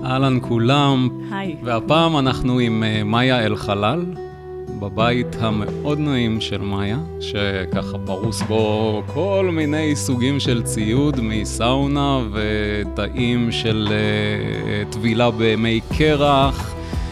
אהלן כולם. היי. והפעם אנחנו עם מאיה אלחלל, בבית המאוד נעים של מאיה, שככה פרוס בו כל מיני סוגים של ציוד, מסאונה ותאים של טבילה במי קרח,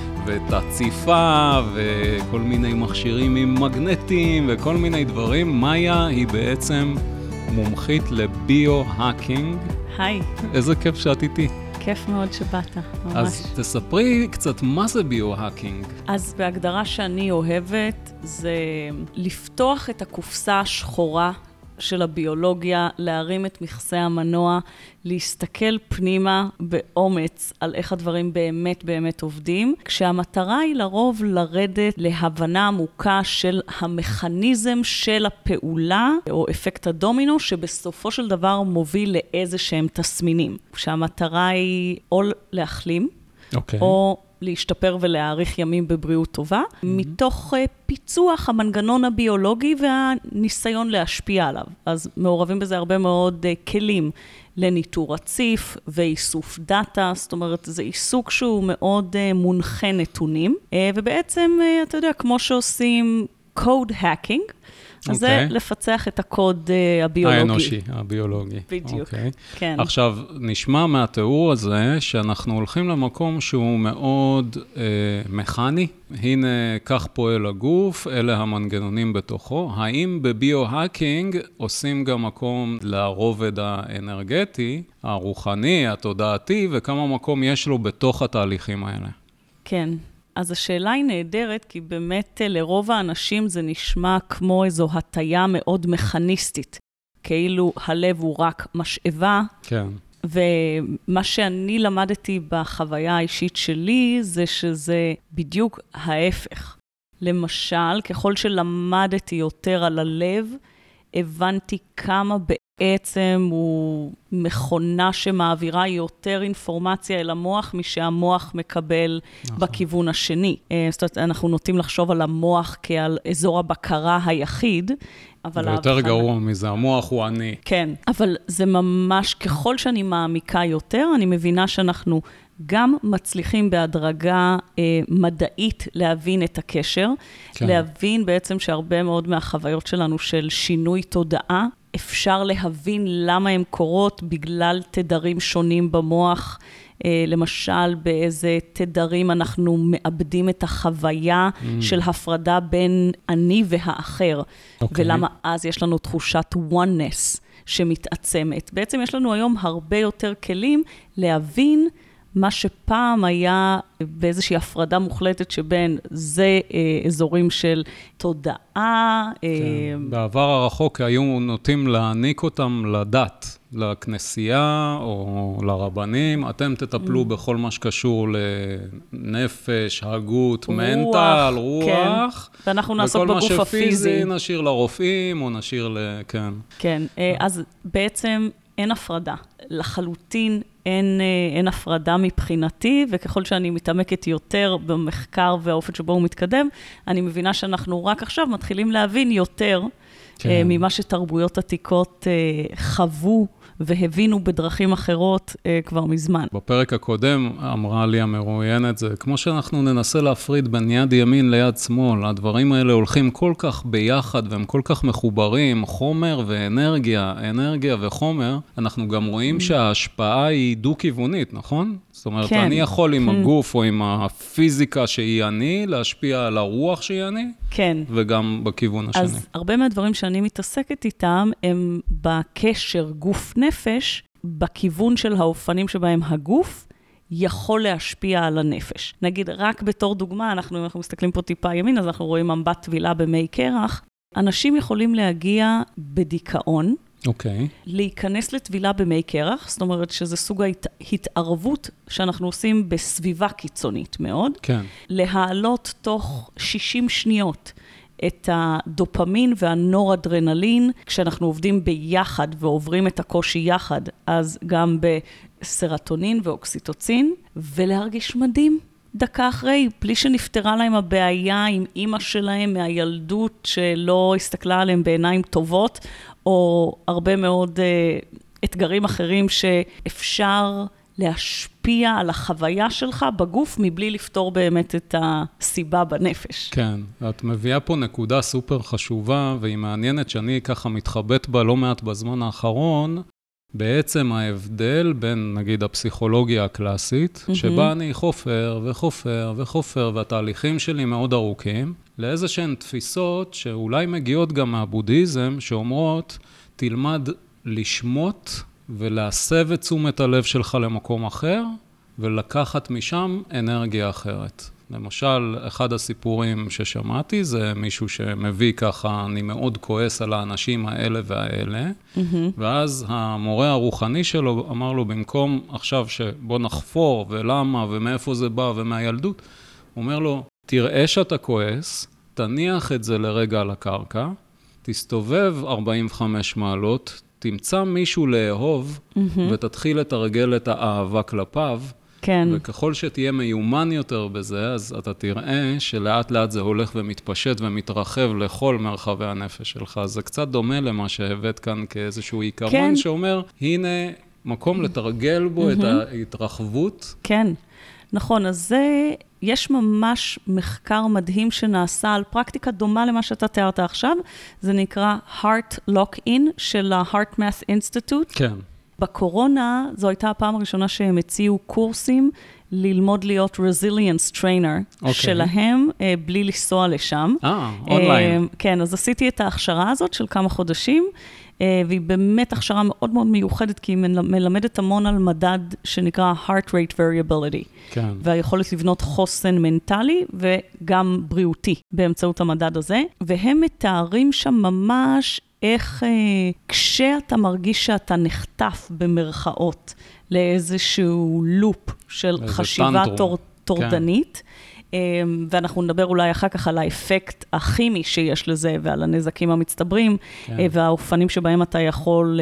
ותציפה וכל מיני מכשירים עם מגנטים וכל מיני דברים. מאיה היא בעצם מומחית לביו-האקינג. היי. איזה כיף שאת איתי. כיף מאוד שבאת, ממש. אז תספרי קצת מה זה ביו-האקינג. אז בהגדרה שאני אוהבת, זה לפתוח את הקופסה השחורה של הביולוגיה, להרים את מכסה המנוע, להסתכל פנימה באומץ על איך הדברים באמת באמת עובדים, כשהמטרה היא לרוב לרדת להבנה עמוקה של המכניזם של הפעולה, או אפקט הדומינו, שבסופו של דבר מוביל לאיזה שהם תסמינים. כשהמטרה היא או להחלים, או להשתפר ולהאריך ימים בבריאות טובה, מתוך פיצוח המנגנון הביולוגי והניסיון להשפיע עליו. אז מעורבים בזה הרבה מאוד כלים לניטור רציף ואיסוף דאטה, זאת אומרת, זה עיסוק שהוא מאוד מונחה נתונים, ובעצם, אתה יודע, כמו שעושים code hacking, אז זה לפצח את הקוד הביולוגי. האנושי, הביולוגי. בדיוק, כן. עכשיו, נשמע מהתיאור הזה שאנחנו הולכים למקום שהוא מאוד מכני. הנה, כך פועל הגוף, אלה המנגנונים בתוכו. האם בביו-האקינג עושים גם מקום לרובד האנרגטי, הרוחני, התודעתי, וכמה מקום יש לו בתוך התהליכים האלה? כן. אז השאלה היא נהדרת, כי באמת לרוב האנשים זה נשמע כמו איזו הטיה מאוד מכניסטית. כאילו הלב הוא רק משאבה. כן. ומה שאני למדתי בחוויה האישית שלי, זה שזה בדיוק ההפך. למשל, ככל שלמדתי יותר על הלב, הבנתי כמה בעצם הוא מכונה שמעבירה יותר אינפורמציה אל המוח, משהמוח מקבל בכיוון השני. זאת אומרת, אנחנו נוטים לחשוב על המוח כעל אזור הבקרה היחיד, אבל יותר גרוע מזה, המוח הוא אני. כן, אבל זה ממש, ככל שאני מעמיקה יותר, אני מבינה שאנחנו גם מצליחים בהדרגה מדעית להבין את הקשר, כן. להבין בעצם שהרבה מאוד מהחוויות שלנו של שינוי תודעה, אפשר להבין למה הן קורות בגלל תדרים שונים במוח, למשל באיזה תדרים אנחנו מאבדים את החוויה של הפרדה בין אני והאחר, ולמה אז יש לנו תחושת oneness שמתעצמת. בעצם יש לנו היום הרבה יותר כלים להבין מה שפעם היה באיזושהי הפרדה מוחלטת שבין זה אזורים של תודעה. בעבר הרחוק היו נוטים להעניק אותם לדת, לכנסייה או לרבנים. אתם תטפלו בכל מה שקשור לנפש, הגות, מנטל, רוח. ואנחנו נעסוק בגוף הפיזי. וכל מה שפיזי נשאיר לרופאים או נשאיר כן. כן, אז בעצם אין הפרדה. לחלוטין אין הפרדה מבחינתי, וככל שאני מתעמקת יותר במחקר והאופן שבו הוא מתקדם, אני מבינה שאנחנו רק עכשיו מתחילים להבין יותר ממה שתרבויות עתיקות חוו והבינו בדרכים אחרות כבר מזמן. בפרק הקודם אמרה לי המרואיינת, זה כמו שאנחנו ננסה להפריד בין יד ימין ליד שמאל, הדברים האלה הולכים כל כך ביחד והם כל כך מחוברים, חומר ואנרגיה, אנרגיה וחומר, אנחנו גם רואים שההשפעה היא דו-כיוונית, נכון? זאת אומרת, כן. אני יכול עם הגוף או עם הפיזיקה שהיא אני, להשפיע על הרוח שהיא אני, כן. וגם בכיוון השני. אז הרבה מהדברים שאני מתעסקת איתם, הם בקשר גוף-נפש, בכיוון של האופנים שבהם הגוף יכול להשפיע על הנפש. נגיד, רק בתור דוגמה, אנחנו מסתכלים פה טיפה ימין, אז אנחנו רואים אמבט טבילה במי קרח. אנשים יכולים להגיע בדיכאון, להיכנס לטבילה במי קרח, זאת אומרת שזה סוג ההתערבות שאנחנו עושים בסביבה קיצונית מאוד, להעלות תוך 60 שניות את הדופמין והנורדרנלין, כשאנחנו עובדים ביחד ועוברים את הקושי יחד, אז גם בסרטונין ואוקסיטוצין, ולהרגיש מדהים. דקה אחרי, בלי שנפטרה להם הבעיה עם אמא שלהם מהילדות שלא הסתכלה עליהם בעיניים טובות, או הרבה מאוד אתגרים אחרים שאפשר להשפיע משפיע על החוויה שלך בגוף, מבלי לפתור באמת את הסיבה בנפש. כן, את מביאה פה נקודה סופר חשובה, והיא מעניינת שאני ככה מתחבט בה לא מעט בזמן האחרון, בעצם ההבדל בין, נגיד, הפסיכולוגיה הקלאסית, שבה אני חופר וחופר וחופר, והתהליכים שלי מאוד ארוכים, לאיזה שהן תפיסות שאולי מגיעות גם מהבודהיזם, שאומרות, תלמד לשמות ולהסב את תשומת הלב שלך למקום אחר, ולקחת משם אנרגיה אחרת. למשל, אחד הסיפורים ששמעתי זה מישהו שמביא ככה, אני מאוד כועס על האנשים האלה והאלה, ואז המורה הרוחני שלו אמר לו, במקום עכשיו שבוא נחפור ולמה ומאיפה זה בא ומהילדות, הוא אומר לו, תראה שאתה כועס, תניח את זה לרגע על הקרקע, תסתובב 45 מעלות, תמצא מישהו לאהוב ותתחיל לתרגל את האהבה כלפיו, כן. וככל שתהיה מיומן יותר בזה, אז אתה תראה שלאט לאט זה הולך ומתפשט ומתרחב לכל מרחבי הנפש שלך. זה קצת דומה למה שהבאת כאן כאיזשהו עיקרון, כן. שאומר, הנה מקום לתרגל בו את ההתרחבות. כן, נכון. אז יש ממש מחקר מדהים שנעשה על פרקטיקה דומה למה שאתה תיארת עכשיו. זה נקרא Heart Lock-In של ה-Heart Math Institute. כן. בקורונה, זו הייתה הפעם הראשונה שהם הציעו קורסים ללמוד להיות resilience trainer שלהם, בלי לנסוע לשם. אונליין. כן, אז עשיתי את ההכשרה הזאת של כמה חודשים, והיא באמת הכשרה מאוד מאוד מיוחדת, כי היא מלמדת המון על מדד שנקרא heart rate variability. כן. והיכולת לבנות חוסן מנטלי וגם בריאותי באמצעות המדד הזה. והם מתארים שם ממש איך כשאתה מרגיש שאתה נחטף במרכאות לאיזשהו לופ של חשיבה טורדנית, ואנחנו נדבר אולי אחר כך על האפקט הכימי שיש לזה, ועל הנזקים המצטברים, והאופנים שבהם אתה יכול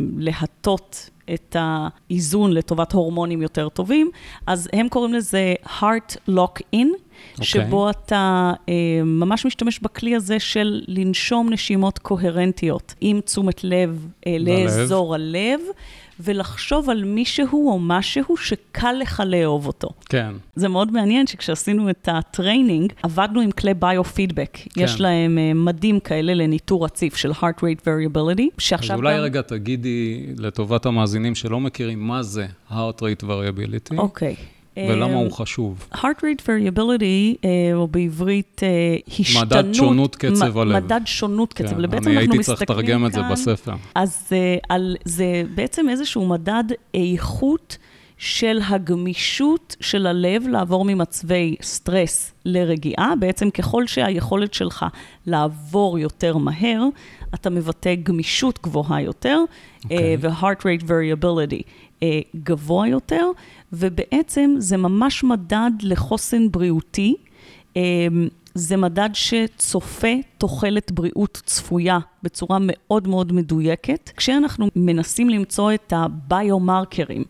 להטות את האיזון לטובת הורמונים יותר טובים. אז הם קוראים לזה Heart Lock-In, שבו אתה ממש משתמש בכלי הזה של לנשום נשימות קוהרנטיות, עם תשומת לב לאזור הלב, ולחשוב על מישהו או משהו שקל לך לאהוב אותו. כן. זה מאוד מעניין שכשעשינו את הטריינינג, עבדנו עם כלי ביו-פידבק. כן. יש להם מדים כאלה לניטור רציף של heart rate variability. אז אולי רגע תגידי לטובת המאזינים שלא מכירים מה זה heart rate variability. אוקיי. ולמה הוא חשוב? heart rate variability, או בעברית השתנות. מדד שונות קצב הלב. מדד שונות קצב הלב. אני הייתי צריך לתרגם את זה בספר. אז זה בעצם איזשהו מדד איכות של הגמישות של הלב לעבור ממצבי סטרס לרגיעה. בעצם ככל שהיכולת שלך לעבור יותר מהר, אתה מבטא גמישות גבוהה יותר, ו-heart rate variability גבוה יותר, ובעצם זה ממש מדד לחוסן בריאותי. זה מדד שצופה תוחלת בריאות צפויה בצורה מאוד מאוד מדויקת. כשאנחנו מנסים למצוא את הביומרקרים,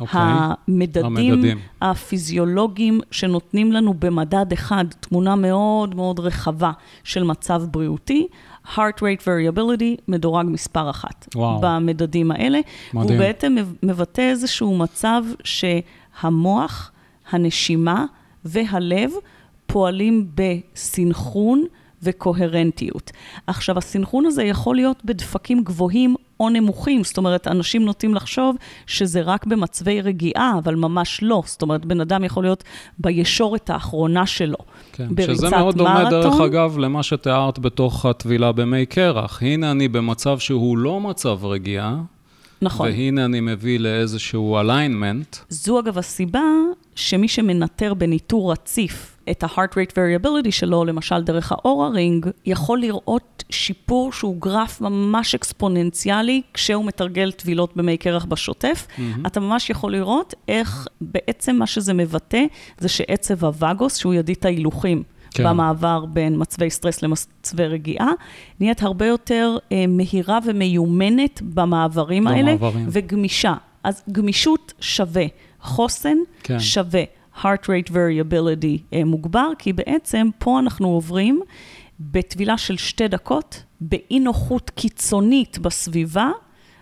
המדדים הפיזיולוגיים שנותנים לנו במדד אחד, תמונה מאוד מאוד רחבה של מצב בריאותי, heart rate variability מדורג מספר 1 במדדים האלה. מדהים. הוא בעצם מבטא איזשהו מצב שהמוח, הנשימה והלב פועלים בסינכרון וקוהרנטיות. עכשיו, הסינכרון הזה יכול להיות בדפקים גבוהים או נמוכים, זאת אומרת, אנשים נוטים לחשוב שזה רק במצבי רגיעה, אבל ממש לא. זאת אומרת, בן אדם יכול להיות בישורת האחרונה שלו. כן, שזה מאוד דומה דרך אגב למה שתיארת בתוך הטבילה במי קרח. הנה אני במצב שהוא לא מצב רגיעה, נכון. והנה אני מביא לאיזשהו alignment. זו אגב הסיבה שמי שמנטר בניטור רציף את ה-heart rate variability שלו, למשל דרך האורה רינג, יכול לראות שיפור שהוא גרף ממש אקספוננציאלי, כשהוא מתרגל טבילות במי קרח בשוטף. אתה ממש יכול לראות איך בעצם מה שזה מבטא, זה שעצב הווגוס, שהוא ידית ההילוכים, במעבר בין מצבי סטרס למצבי רגיעה, נהיית הרבה יותר מהירה ומיומנת במעברים האלה, וגמישה. אז גמישות שווה, חוסן שווה, heart rate variability מוגבר, כי בעצם פה אנחנו עוברים בטבילה של 2 דקות, באי נוחות קיצונית בסביבה,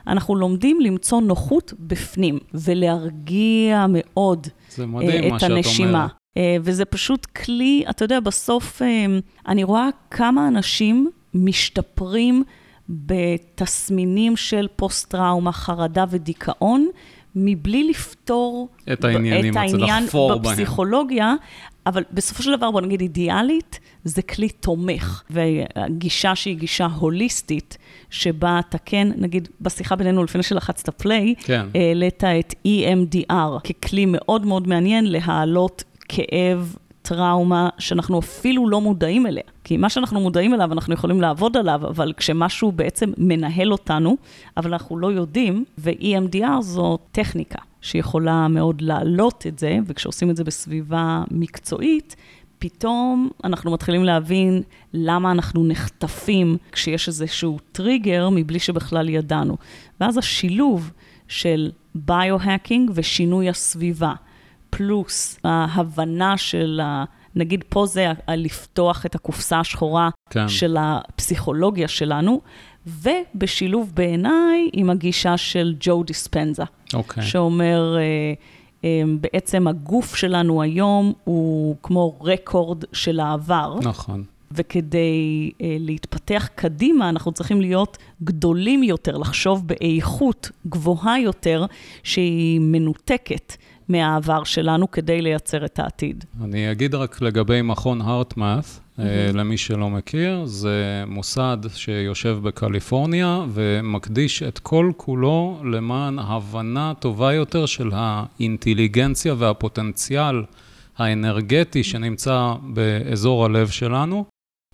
אנחנו לומדים למצוא נוחות בפנים, ולהרגיע מאוד זה מדהים את הנשימה. וזה פשוט כלי, אתה יודע, בסוף אני רואה כמה אנשים משתפרים בתסמינים של פוסט-טראומה, חרדה ודיכאון, מבלי לפתור את העניין בפסיכולוגיה, אבל בסופו של דבר, בוא נגיד אידיאלית, זה כלי תומך, והגישה שהיא גישה הוליסטית, שבה אתה כן, נגיד, בשיחה בינינו לפני שלחצת פליי, העלית את EMDR, ככלי מאוד מאוד מעניין להעלות כאב, טראומה, שאנחנו אפילו לא מודעים אליה. כי מה שאנחנו מודעים אליו, אנחנו יכולים לעבוד עליו, אבל כשמשהו בעצם מנהל אותנו, אבל אנחנו לא יודעים, ו-EMDR זו טכניקה שיכולה מאוד להעלות את זה, וכשעושים את זה בסביבה מקצועית, פתאום אנחנו מתחילים להבין למה אנחנו נחטפים כשיש איזשהו טריגר מבלי שבכלל ידענו. ואז השילוב של ביו-האקינג ושינוי הסביבה, פלוס ההבנה של, נגיד פה זה לפתוח את הקופסה השחורה של הפסיכולוגיה שלנו, ובשילוב בעיניי עם הגישה של ג'ו דיספנזה, שאומר, בעצם הגוף שלנו היום הוא כמו רקורד של העבר. נכון. וכדי להתפתח קדימה, אנחנו צריכים להיות גדולים יותר, לחשוב באיכות גבוהה יותר, שהיא מנותקת מהעבר שלנו כדי לייצר את העתיד. אני אגיד רק לגבי מכון HeartMath, למי שלא מכיר, זה מוסד שיושב בקליפורניה ומקדיש את כל כולו למען הבנה טובה יותר של האינטליגנציה והפוטנציאל האנרגטי שנמצא באזור הלב שלנו,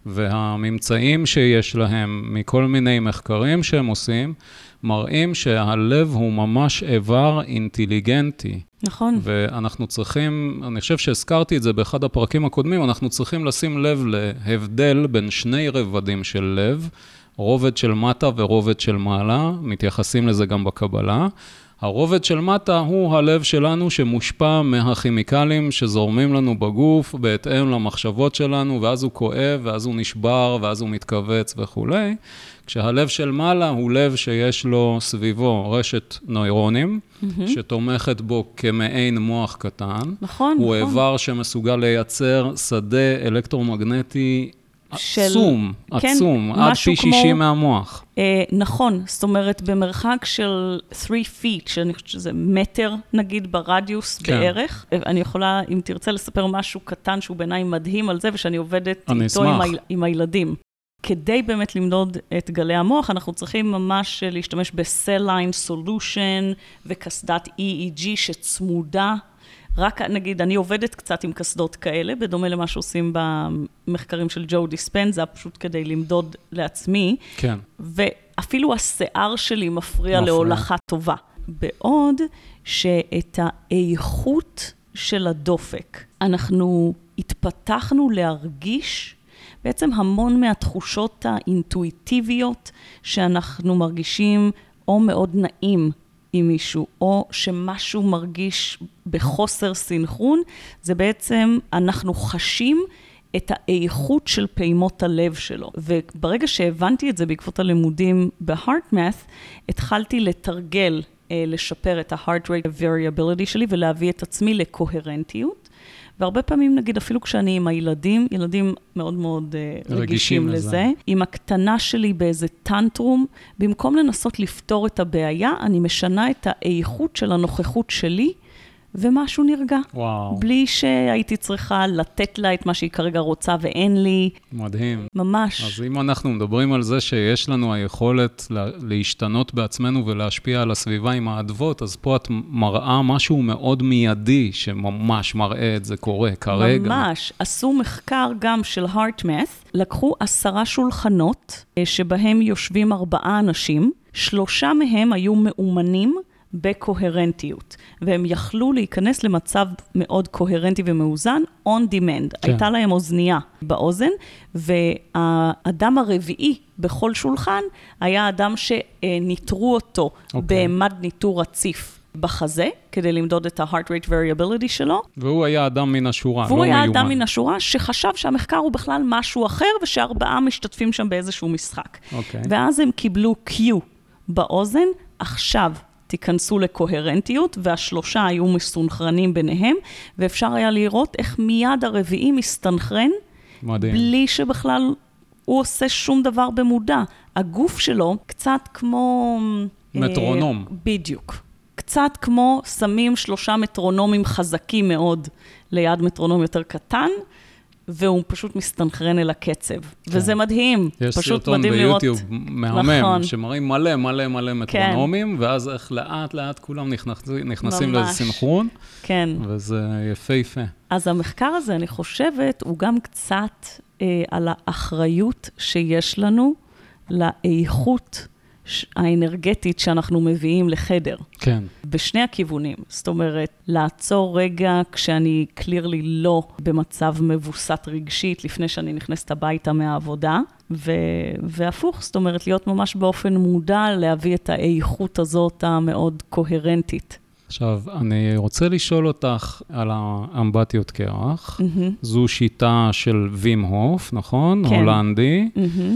והממצאים שיש להם מכל מיני מחקרים שהם עושים, מראים שהלב הוא ממש איבר אינטליגנטי. נכון. ואנחנו צריכים, אני חושב שהזכרתי את זה באחד הפרקים הקודמים, אנחנו צריכים לשים לב להבדל בין שני רבדים של לב, רובד של מטה ורובד של מעלה, מתייחסים לזה גם בקבלה. הרובד של מטה הוא הלב שלנו שמושפע מהכימיקלים שזורמים לנו בגוף, בהתאם למחשבות שלנו, ואז הוא כואב, ואז הוא נשבר, ואז הוא מתכווץ וכו'. כשהלב של מעלה הוא לב שיש לו סביבו רשת נוירונים, שתומכת בו כמעין מוח קטן. נכון, הוא איבר שמסוגל לייצר שדה אלקטרומגנטי עצום, עצום, עד פי 60 מהמוח. נכון, זאת אומרת, במרחק של 3 feet, שאני חושבת שזה מטר, נגיד, ברדיוס בערך. אני יכולה, אם תרצה לספר משהו קטן שהוא בעיניי מדהים על זה, ושאני עובדת איתו עם הילדים. כדי באמת למדוד את גלי המוח, אנחנו צריכים ממש להשתמש ב-cell line solution וכסדת EEG שצמודה. רק נגיד, אני עובדת קצת עם כסדות כאלה, בדומה למה שעושים במחקרים של ג'ו דיספנזה, פשוט כדי למדוד לעצמי. כן. ואפילו השיער שלי מפריע להולכה טובה. בעוד שאת האיכות של הדופק, אנחנו התפתחנו להרגיש בעצם המון מהתחושות האינטואיטיביות שאנחנו מרגישים או מאוד נעים עם מישהו, או שמשהו מרגיש בחוסר סינכרון, זה בעצם אנחנו חשים את האיכות של פעימות הלב שלו. וברגע שהבנתי את זה בעקבות הלימודים ב-HeartMath, התחלתי לתרגל, לשפר את ה-heart rate variability שלי ולהביא את עצמי לקוהרנטיות. והרבה פעמים, נגיד, אפילו כשאני עם הילדים, ילדים מאוד מאוד רגישים לזה, עם הקטנה שלי באיזה טנטרום, במקום לנסות לפתור את הבעיה, אני משנה את האיכות של הנוכחות שלי, ומשהו נרגע. וואו. בלי שהייתי צריכה לתת לה את מה שהיא כרגע רוצה ואין לי. מדהים. ממש. אז אם אנחנו מדברים על זה שיש לנו היכולת להשתנות בעצמנו ולהשפיע על הסביבה עם האדוות, אז פה את מראה משהו מאוד מיידי שממש מראה את זה קורה כרגע. ממש. עשו מחקר גם של HeartMath, לקחו 10 שולחנות שבהם יושבים 4 אנשים, 3 מהם היו מאומנים בקוהרנטיות, והם יכלו להיכנס למצב מאוד קוהרנטי ומאוזן, on demand. כן. הייתה להם אוזנייה באוזן, והאדם הרביעי בכל שולחן היה אדם שניטרו אותו במד ניטור רציף בחזה, כדי למדוד את ה-heart rate variability שלו. והוא היה אדם מן השורה, והוא היה אדם מן השורה שחשב שהמחקר הוא בכלל משהו אחר, ושארבעה משתתפים שם באיזשהו משחק. ואז הם קיבלו Q באוזן, עכשיו תיכנסו לקוהרנטיות, והשלושה היו מסונכרנים ביניהם, ואפשר היה לראות איך מיד הרביעי מסתנכרן, מדהים. בלי שבכלל הוא עושה שום דבר במודע. הגוף שלו קצת כמו... מטרונום. בדיוק. קצת כמו שמים 3 מטרונומים חזקים מאוד ליד מטרונום יותר קטן, והוא פשוט מסתנכרן אל הקצב. וזה מדהים. יש פשוט מדהים לראות. יש סרטון ביוטיוב מהמם, שמראים מלא מלא מלא מטרונומים, ואז איך לאט לאט כולם נכנסים לאיזה סינכרון. כן. וזה יפה. אז המחקר הזה, אני חושבת, הוא גם קצת על האחריות שיש לנו לאיכות האנרגטית שאנחנו מביאים לחדר. כן. בשני הכיוונים. זאת אומרת, לעצור רגע כשאני קלירלי לא במצב מבוסת רגשית, לפני שאני נכנסת הביתה מהעבודה, והפוך, זאת אומרת, להיות ממש באופן מודע, להביא את האיכות הזאת המאוד קוהרנטית. עכשיו, אני רוצה לשאול אותך על האמבטיות קרח. זו שיטה של וים הוף, נכון? כן. הולנדי,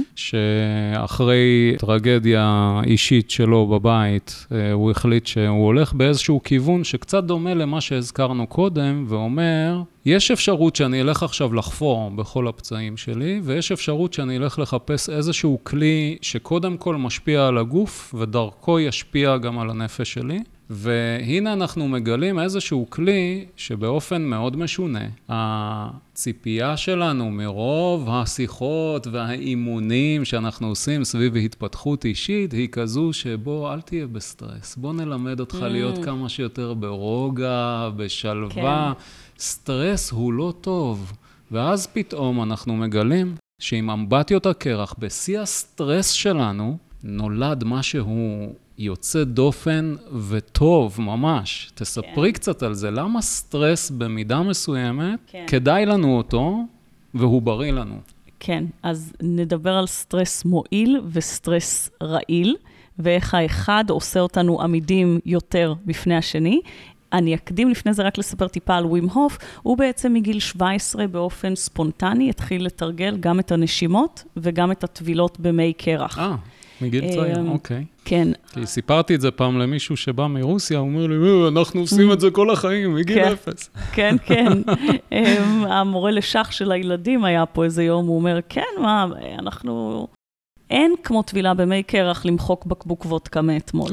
שאחרי טרגדיה אישית שלו בבית, הוא החליט שהוא הולך באיזשהו כיוון שקצת דומה למה שהזכרנו קודם, ואומר, יש אפשרות שאני אלך עכשיו לחפור בכל הפצעים שלי, ויש אפשרות שאני אלך לחפש איזשהו כלי שקודם כל משפיע על הגוף, ודרכו ישפיע גם על הנפש שלי. והנה אנחנו מגלים איזשהו כלי שבאופן מאוד משונה. הציפייה שלנו מרוב השיחות והאימונים שאנחנו עושים סביב התפתחות אישית, היא כזו שבוא, אל תהיה בסטרס. בוא נלמד אותך להיות כמה שיותר ברוגע, בשלווה. סטרס הוא לא טוב. ואז פתאום אנחנו מגלים שעם אמבטיות הקרח, בשיא הסטרס שלנו, נולד משהו יוצא דופן וטוב ממש. תספרי קצת על זה. למה סטרס במידה מסוימת, כדאי לנו אותו, והוא בריא לנו? כן, אז נדבר על סטרס מועיל וסטרס רעיל, ואיך האחד עושה אותנו עמידים יותר בפני השני. אני אקדים לפני זה רק לספר טיפה על ווים הוף, הוא בעצם מגיל 17 באופן ספונטני, התחיל לתרגל גם את הנשימות וגם את הטבילות במי קרח. מגיל צעיר, אוקיי. כן. כי סיפרתי את זה פעם למישהו שבא מרוסיה, הוא אומר לי, אנחנו עושים את זה כל החיים, מגיל 0. כן, כן. המורה לשח של הילדים היה פה איזה יום, הוא אומר, כן, מה, אנחנו... אין כמו טבילה במי קרח למחוק בקבוק וודקה מאתמול.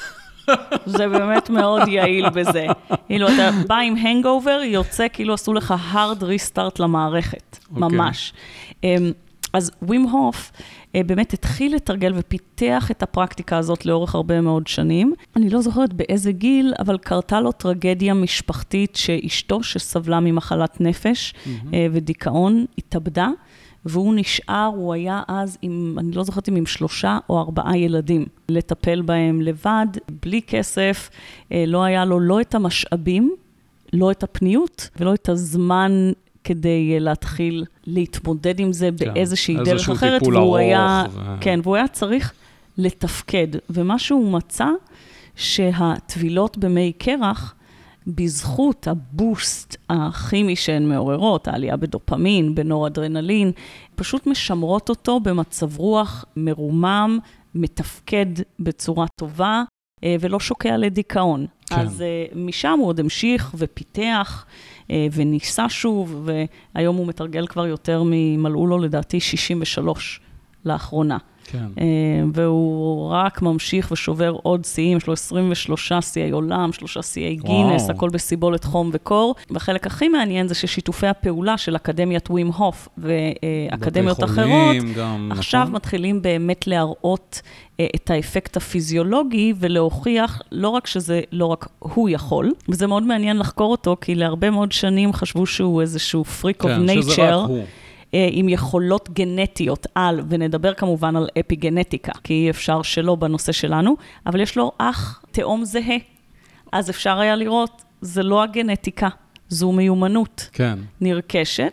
זה באמת מאוד יעיל בזה. כאילו, אתה בא עם הנגאובר, יוצא כאילו עשו לך hard restart למערכת. ממש. אז ווים הוף באמת התחיל לתרגל ופיתח את הפרקטיקה הזאת לאורך הרבה מאוד שנים. אני לא זוכרת באיזה גיל, אבל קרתה לו טרגדיה משפחתית שאשתו שסבלה ממחלת נפש ודיכאון התאבדה, והוא נשאר, הוא היה אז עם, אני לא זוכרת אם עם 3 או 4 ילדים, לטפל בהם לבד, בלי כסף, לא היה לו לא את המשאבים, לא את הפניות ולא את הזמן כדי להתחיל להתמודד עם זה באיזושהי דרך אחרת, והוא היה, כן, והוא היה צריך לתפקד, ומה שהוא מצא שהטבילות במי קרח, בזכות הבוסט הכימי שהן מעוררות, העלייה בדופמין, בנורדרנלין, פשוט משמרות אותו במצב רוח מרומם, מתפקד בצורה טובה, ולא שוקע לדיכאון. כן. אז משם הוא עוד המשיך ופיתח, וניסה שוב, והיום הוא מתרגל כבר יותר ממלאו לו לדעתי 63 לאחרונה. כן. והוא רק ממשיך ושובר עוד שיאים, יש לו 23 שיאי עולם, 3 שיאי גינס, הכל בסיבולת חום וקור. והחלק הכי מעניין זה ששיתופי הפעולה של אקדמיית ווים הוף ואקדמיות אחרות, עכשיו מתחילים באמת להראות את האפקט הפיזיולוגי ולהוכיח לא רק שזה לא רק הוא יכול, וזה מאוד מעניין לחקור אותו, כי להרבה מאוד שנים חשבו שהוא איזשהו freak of nature. שזה רק הוא. עם יכולות גנטיות על, ונדבר כמובן על אפיגנטיקה, כי אי אפשר שלא בנושא שלנו, אבל יש לו אח תאום זהה. אז אפשר היה לראות, זה לא הגנטיקה, זו מיומנות נרכשת,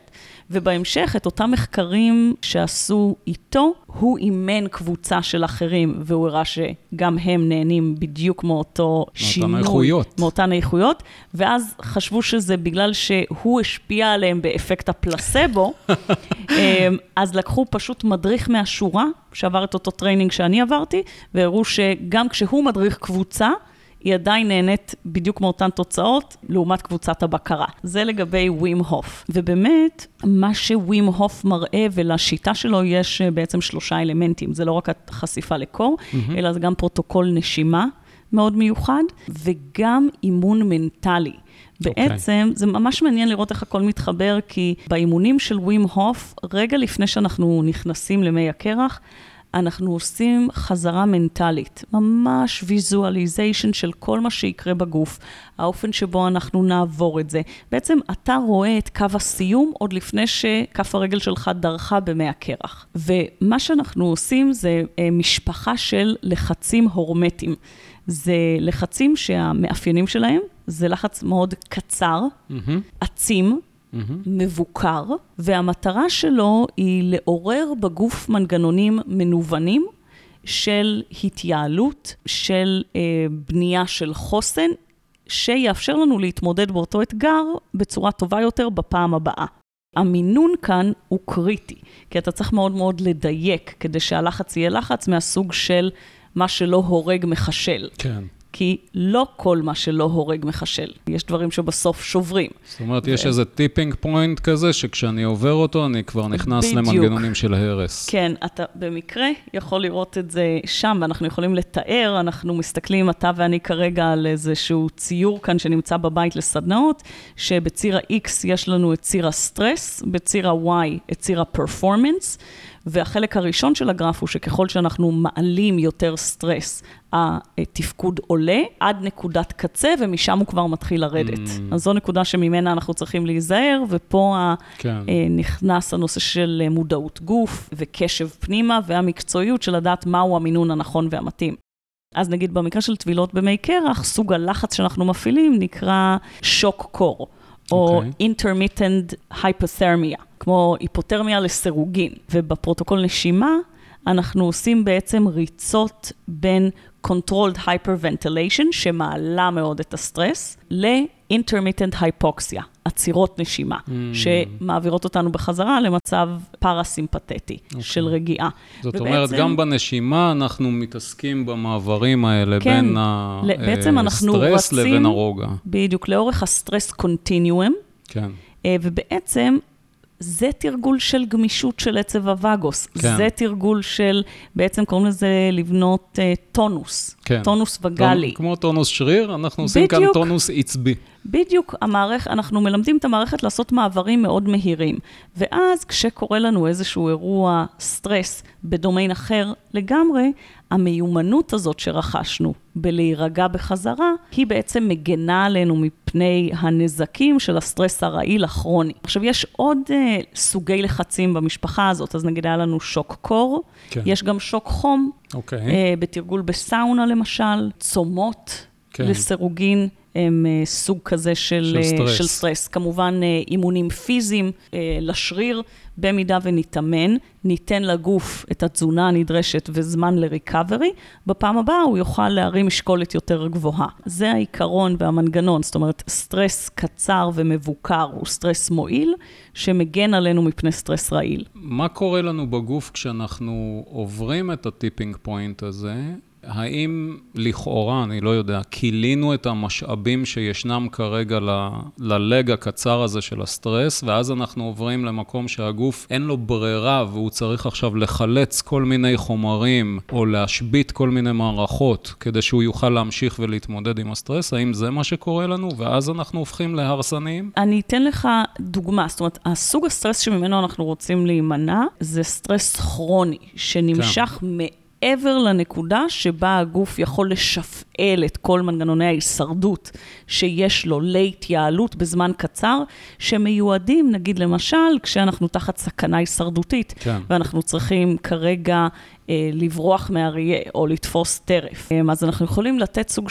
ובהמשך, את אותם מחקרים שעשו איתו, הוא אימן קבוצה של אחרים, והוא הראה שגם הם נהנים בדיוק מאותו שינוי. מאותן איכויות, ואז חשבו שזה בגלל שהוא השפיע עליהם באפקט הפלסבו, אז לקחו פשוט מדריך מהשורה, שעבר את אותו טריינינג שאני עברתי, והראו שגם כשהוא מדריך קבוצה, היא עדיין נהנית בדיוק מאותן תוצאות, לעומת קבוצת הבקרה. זה לגבי ווים הוף. ובאמת, מה שווים הוף מראה, ולשיטה שלו יש בעצם 3 אלמנטים. זה לא רק החשיפה לקור, אלא זה גם פרוטוקול נשימה מאוד מיוחד, וגם אימון מנטלי. בעצם, זה ממש מעניין לראות איך הכל מתחבר, כי באימונים של ווים הוף, רגע לפני שאנחנו נכנסים למי הקרח, אנחנו עושים חזרה מנטלית, ממש ויזואליזיישן של כל מה שיקרה בגוף, האופן שבו אנחנו נעבור את זה. בעצם אתה רואה את קו הסיום עוד לפני שכף הרגל שלך דרכה במי הקרח. ומה שאנחנו עושים זה משפחה של לחצים הורמטיים. זה לחצים שהמאפיינים שלהם, זה לחץ מאוד קצר, עצים, מבוקר, והמטרה שלו היא לעורר בגוף מנגנונים מנוונים של התייעלות, של בנייה של חוסן, שיאפשר לנו להתמודד באותו אתגר בצורה טובה יותר בפעם הבאה. המינון כאן הוא קריטי, כי אתה צריך מאוד מאוד לדייק, כדי שהלחץ יהיה לחץ מהסוג של מה שלא הורג מחשל. כן. כי לא כל מה שלא הורג מחשל. יש דברים שבסוף שוברים. זאת אומרת, יש איזה טיפינג פוינט כזה, שכשאני עובר אותו, אני כבר נכנס למנגנונים של הרס. כן, אתה במקרה יכול לראות את זה שם, ואנחנו יכולים לתאר, אנחנו מסתכלים, אתה ואני כרגע על איזשהו ציור כאן שנמצא בבית לסדנאות, שבציר ה-X יש לנו את ציר הסטרס, בציר ה-Y את ציר הפרפורמנס, והחלק הראשון של הגרף הוא שככל שאנחנו מעלים יותר סטרס, התפקוד עולה עד נקודת קצה, ומשם הוא כבר מתחיל לרדת. אז זו נקודה שממנה אנחנו צריכים להיזהר, ופה נכנס הנושא של מודעות גוף, וקשב פנימה, והמקצועיות של לדעת מהו המינון הנכון והמתאים. אז נגיד במקרה של טבילות במי קרח, סוג הלחץ שאנחנו מפעילים נקרא שוק קור, או intermittent hypothermia, כמו היפותרמיה לסירוגין. ובפרוטוקול נשימה, אנחנו עושים בעצם ריצות בין controlled hyperventilation, שמעלה מאוד את הסטרס, ל-intermittent hypoxia, עצירות נשימה, שמעבירות אותנו בחזרה למצב פרסימפתטי של רגיעה. זאת אומרת, גם בנשימה אנחנו מתעסקים במעברים האלה בין הסטרס לבין הרוגע. בדיוק, לאורך הסטרס קונטיניום, ובעצם זה תרגול של גמישות של עצב הווגוס. כן. זה תרגול של, בעצם קוראים לזה לבנות טונוס. כן. טונוס וגלי. כמו טונוס שריר, אנחנו עושים כאן טונוס עצבי. בדיוק, אנחנו מלמדים את המערכת לעשות מעברים מאוד מהירים. ואז כשקורה לנו איזשהו אירוע סטרס בדומיין אחר לגמרי, המיומנות הזאת שרכשנו בלהירגע בחזרה, היא בעצם מגנה עלינו מפני הנזקים של הסטרס הרעיל הכרוני. עכשיו, יש עוד סוגי לחצים במשפחה הזאת, אז נגיד היה לנו שוק קור, כן. יש גם שוק חום, בתרגול בסאונה למשל, צומות לסירוגין, הם סוג כזה של סטרס. כמובן, אימונים פיזיים לשריר, במידה ונתאמן, ניתן לגוף את התזונה הנדרשת וזמן לריקאברי, בפעם הבאה הוא יוכל להרים משקולת יותר גבוהה. זה העיקרון והמנגנון, זאת אומרת, סטרס קצר ומבוקר הוא סטרס מועיל, שמגן עלינו מפני סטרס רעיל. מה קורה לנו בגוף כשאנחנו עוברים את הטיפינג פוינט הזה? האם לכאורה, אני לא יודע, קילינו את המשאבים שישנם כרגע ללג הקצר הזה של הסטרס, ואז אנחנו עוברים למקום שהגוף אין לו ברירה, והוא צריך עכשיו לחלץ כל מיני חומרים, או להשבית כל מיני מערכות, כדי שהוא יוכל להמשיך ולהתמודד עם הסטרס? האם זה מה שקורה לנו, ואז אנחנו הופכים להרסניים? אני אתן לך דוגמה, זאת אומרת, הסוג הסטרס שממנו אנחנו רוצים להימנע, זה סטרס כרוני, שנמשך מעבר לנקודה שבה הגוף יכול לשפעל את כל מנגנוני ההישרדות שיש לו להתייעלות בזמן קצר, שמיועדים, נגיד למשל, כשאנחנו תחת סכנה הישרדותית, ואנחנו צריכים כרגע לברוח מאריה או לתפוס טרף. אז אנחנו יכולים לתת סוג של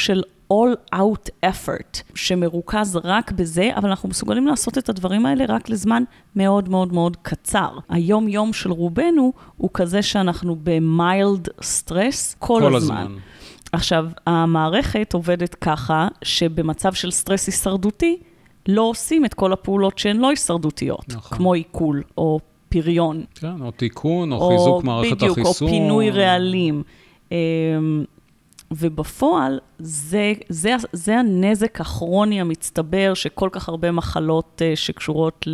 all out effort שמרוכז רק בזה, אבל אנחנו מסוגלים לעשות את הדברים האלה רק לזמן מאוד מאוד מאוד קצר. היום יום של רובנו הוא כזה שאנחנו במיילד סטרס כל הזמן. עכשיו, המערכת עובדת ככה שבמצב של סטרס הישרדותי, לא עושים את כל הפעולות שהן לא הישרדותיות, נכון. כמו עיכול או פריון. כן, או תיקון, או חיזוק מערכת החיסון. בדיוק, או פינוי רעלים. ובפועל, זה הנזק הכרוני המצטבר, שכל כך הרבה מחלות שקשורות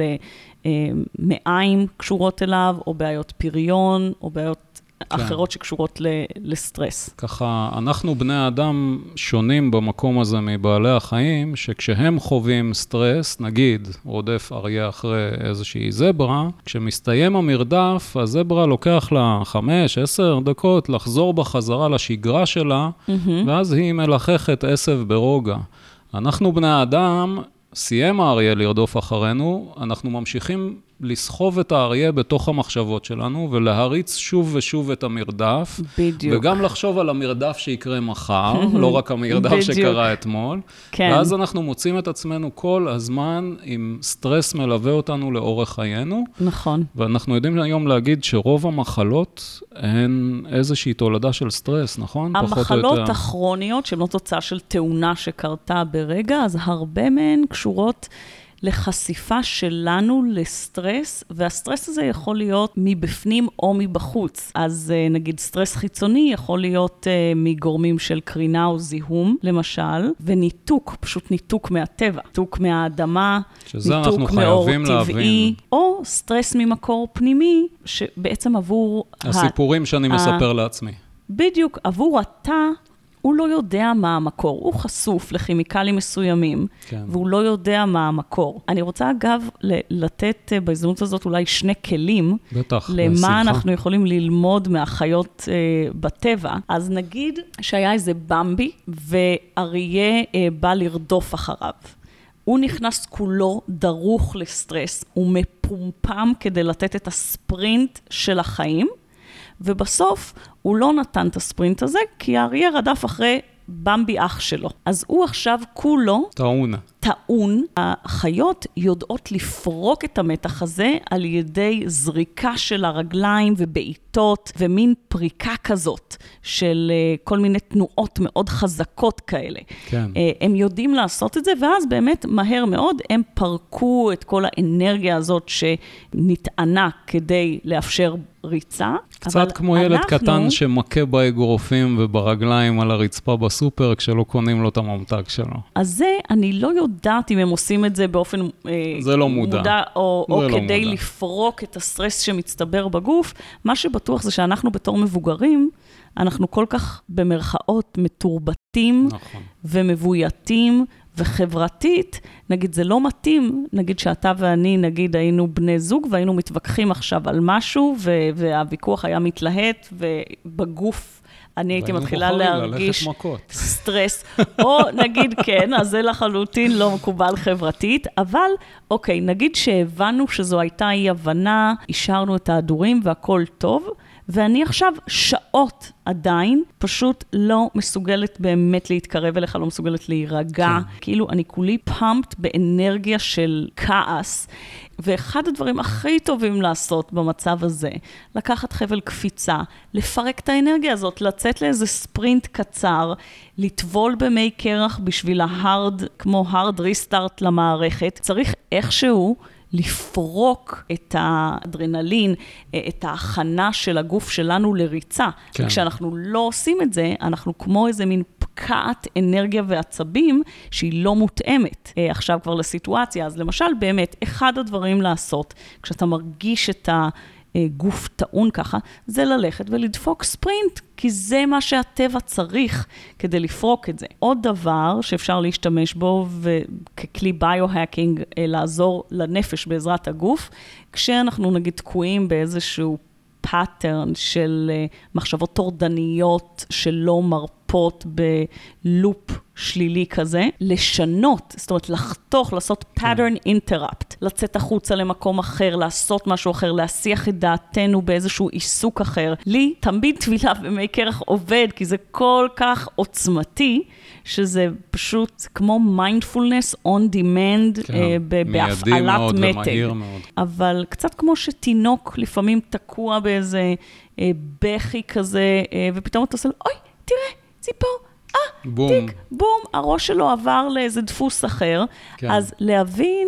למעיים קשורות אליו, או בעיות פריון, או בעיות אחרות שקשורות לסטרס. ככה, אנחנו בני האדם שונים במקום הזה מבעלי החיים, שכשהם חווים סטרס, נגיד, רודף אריה אחרי איזושהי זברה, כשמסתיים המרדף, הזברה לוקח לה 5-10 דקות לחזור בחזרה לשגרה שלה, ואז היא מלחכת עשב ברוגע. אנחנו בני האדם, סיים האריה לרדוף אחרינו, אנחנו ממשיכים לסחוב את האריה בתוך המחשבות שלנו, ולהריץ שוב ושוב את המרדף. בדיוק. וגם לחשוב על המרדף שיקרה מחר, לא רק המרדף שקרה אתמול. כן. ואז אנחנו מוצאים את עצמנו כל הזמן עם סטרס מלווה אותנו לאורך חיינו. נכון. ואנחנו יודעים היום להגיד שרוב המחלות הן איזושהי תולדה של סטרס, נכון? המחלות הכרוניות, שהן לא תוצאה של תאונה שקרתה ברגע, אז הרבה מהן קשורות לחשיפה שלנו לסטרס, והסטרס הזה יכול להיות מבפנים או מבחוץ. אז נגיד סטרס חיצוני יכול להיות מגורמים של קרינה או זיהום, למשל, וניתוק, פשוט ניתוק מהטבע, ניתוק מהאדמה, ניתוק מאור טבעי, או סטרס ממקור פנימי, שבעצם עבור הסיפורים שאני מספר לעצמי. בדיוק, עבור התא, הוא לא יודע מה המקור, הוא חשוף לכימיקלים מסוימים, כן. והוא לא יודע מה המקור. אני רוצה אגב לתת בהזדמנות הזאת אולי 2 כלים, בטח, למה אנחנו יכולים ללמוד מהחיות בטבע. אז נגיד שהיה איזה במבי, ואריה בא לרדוף אחריו. הוא נכנס כולו דרוך לסטרס, הוא מפומפם כדי לתת את הספרינט של החיים, ובסוף הוא לא נתן את הספרינט הזה, כי האריה רדף אחרי במבי אח שלו. אז הוא עכשיו כולו טעון. החיות יודעות לפרוק את המתח הזה על ידי זריקה של הרגליים ובעיטות, ומין פריקה כזאת של כל מיני תנועות מאוד חזקות כאלה. כן. הם יודעים לעשות את זה, ואז באמת מהר מאוד הם פרקו את כל האנרגיה הזאת שנטענה כדי לאפשר ריצה. קצת כמו ילד קטן שמכה באגרופים וברגליים על הרצפה בסופר, כשלא קונים לו את הממתק שלו. אז זה, אני לא יודעת אם הם עושים את זה באופן זה לא מודע. או כדי לפרוק את הסטרס שמצטבר בגוף. מה שבטוח זה שאנחנו בתור מבוגרים, אנחנו כל כך במרכאות מתורבתים, נכון. ומבויתים, וחברתית, נגיד זה לא מתאים, נגיד שאתה ואני, נגיד היינו בני זוג, והיינו מתווכחים עכשיו על משהו, והוויכוח היה מתלהט, ובגוף אני הייתי מתחילה להרגיש סטרס, או נגיד כן, אז זה לחלוטין לא מקובל חברתית, אבל אוקיי, נגיד שהבנו שזו הייתה אי הבנה, השארנו את ההדורים והכל טוב, ואני עכשיו שעות עדיין פשוט לא מסוגלת באמת להתקרב אליך, לא מסוגלת להירגע. כן. כאילו אני כולי פאמפט באנרגיה של כעס, ואחד הדברים הכי טובים לעשות במצב הזה, לקחת חבל קפיצה, לפרק את האנרגיה הזאת, לצאת לאיזה ספרינט קצר, לטבול במי קרח בשביל ההרד, כמו הרד ריסטארט למערכת. צריך איכשהו לפרוק את האדרנלין, את ההכנה של הגוף שלנו לריצה. כן. וכשאנחנו לא עושים את זה, אנחנו כמו איזה מין פקעת אנרגיה ועצבים שהיא לא מותאמת. עכשיו כבר לסיטואציה, אז למשל באמת, אחד הדברים לעשות, כשאתה מרגיש את הגוף טעון ככה, זה ללכת ולדפוק ספרינט, כי זה מה שהטבע צריך כדי לפרוק את זה. עוד דבר שאפשר להשתמש בו, וככלי ביו-האקינג, לעזור לנפש בעזרת הגוף, כשאנחנו נגיד תקועים באיזשהו פאטרן של מחשבות טורדניות שלא מרפות, ספורט בלופ שלילי כזה, לשנות, זאת אומרת, לחתוך, לעשות pattern interrupt, לצאת החוצה למקום אחר, לעשות משהו אחר, להסיח את דעתנו באיזשהו עיסוק אחר. לי תמיד טבילה במי קרח עובד, כי זה כל כך עוצמתי, שזה פשוט כמו mindfulness on demand, בהפעלת מתג. אבל קצת כמו שתינוק לפעמים תקוע באיזה בכי כזה, ופתאום אתה עושה לו, אוי, תראה, ציפור, טיק, בום, הראש שלו עבר לאיזה דפוס אחר. כן. אז להבין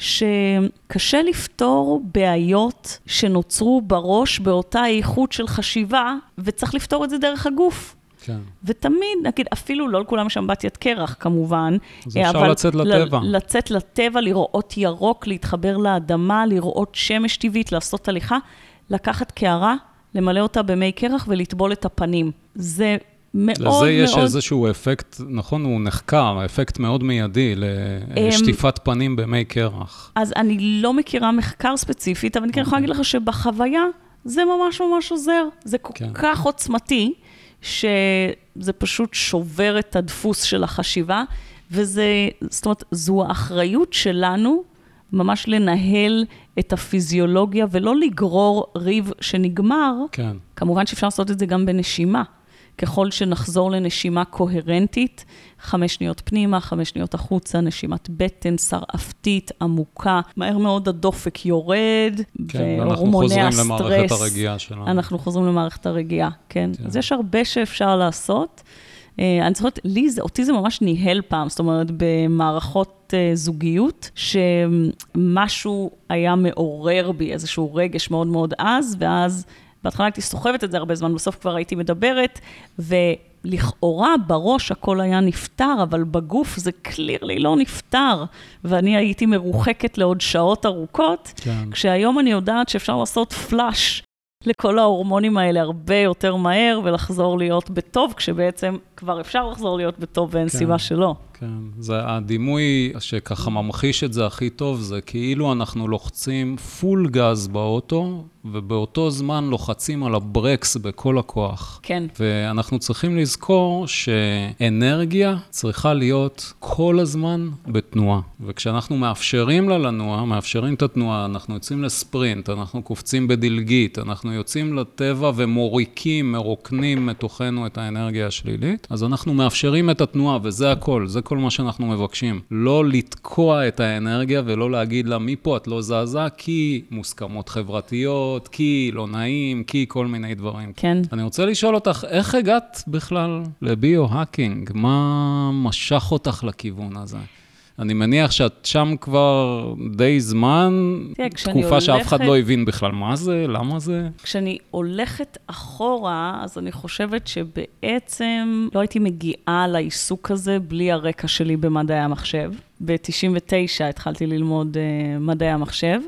שקשה לפתור בעיות שנוצרו בראש באותה איכות של חשיבה, וצריך לפתור את זה דרך הגוף. כן. ותמיד, נגיד, אפילו לא לכולם יש אמבטיית קרח, כמובן. אז אפשר לצאת לטבע. לצאת לטבע, לראות ירוק, להתחבר לאדמה, לראות שמש טבעית, לעשות הליכה, לקחת קערה, למלא אותה במי קרח ולטבול את הפנים. זה מאוד מאוד... לזה יש איזשהו אפקט, נכון, הוא נחקר, אפקט מאוד מיידי לשטיפת פנים במי קרח. אז אני לא מכירה מחקר ספציפית, אבל אני כן יכולה להגיד לך שבחוויה זה ממש ממש עוזר. זה כל כך עוצמתי, שזה פשוט שובר את הדפוס של החשיבה, וזה, זאת אומרת, זו האחריות שלנו ממש לנהל את הפיזיולוגיה, ולא לגרור ריב שנגמר. כן. כמובן שאפשר לעשות את זה גם בנשימה. ככל שנחזור לנשימה קוהרנטית, 5 שניות פנימה, 5 שניות החוצה, נשימת בטן, שרעפתית, עמוקה, מהר מאוד הדופק יורד, כן, ואנחנו חוזרים למערכת הרגיעה שלנו. אנחנו חוזרים למערכת הרגיעה, כן. אז יש הרבה שאפשר לעשות. אני זוכרת, אותי זה ממש ניהל פעם, זאת אומרת, במערכות זוגיות, שמשהו היה מעורר בי, איזשהו רגש מאוד מאוד עז, ואז בהתחלה הייתי סוחבת את זה הרבה זמן, בסוף כבר הייתי מדברת, ולכאורה בראש הכל היה נפטר, אבל בגוף זה קלירלי לא נפטר, ואני הייתי מרוחקת לעוד שעות ארוכות, כן. כשהיום אני יודעת שאפשר לעשות פלאש לכל ההורמונים האלה הרבה יותר מהר, ולחזור להיות בטוב, כשבעצם כבר אפשר לחזור להיות בטוב, ואין סיבה שלא. כן, זה הדימוי שככה ממחיש את זה הכי טוב, זה כאילו אנחנו לוחצים פול גז באוטו, ובאותו זמן לוחצים על הברקס בכל הכוח. כן. ואנחנו צריכים לזכור שאנרגיה צריכה להיות כל הזמן בתנועה. וכשאנחנו מאפשרים לה לנוע, מאפשרים את התנועה, אנחנו יוצאים לספרינט, אנחנו קופצים בדלגית, אנחנו יוצאים לטבע ומוריקים, מרוקנים מתוכנו את האנרגיה השלילית, אז אנחנו מאפשרים את התנועה, וזה הכל, זה כל מה שאנחנו מבקשים. לא לתקוע את האנרגיה ולא להגיד לה, מפה את לא זזה, כי מוסכמות חברתיות, כי לא נעים, כי כל מיני דברים. כן. אני רוצה לשאול אותך, איך הגעת בכלל לביו-האקינג? מה משך אותך לכיוון הזה? אני מניח שאת שם כבר די זמן, תקופה שאף אחד לא הבין בכלל מה זה, למה זה. כשאני הולכת אחורה, אז אני חושבת שבעצם לא הייתי מגיעה לעיסוק הזה בלי הרקע שלי במדעי המחשב. ב-99 התחלתי ללמוד מדעי המחשב,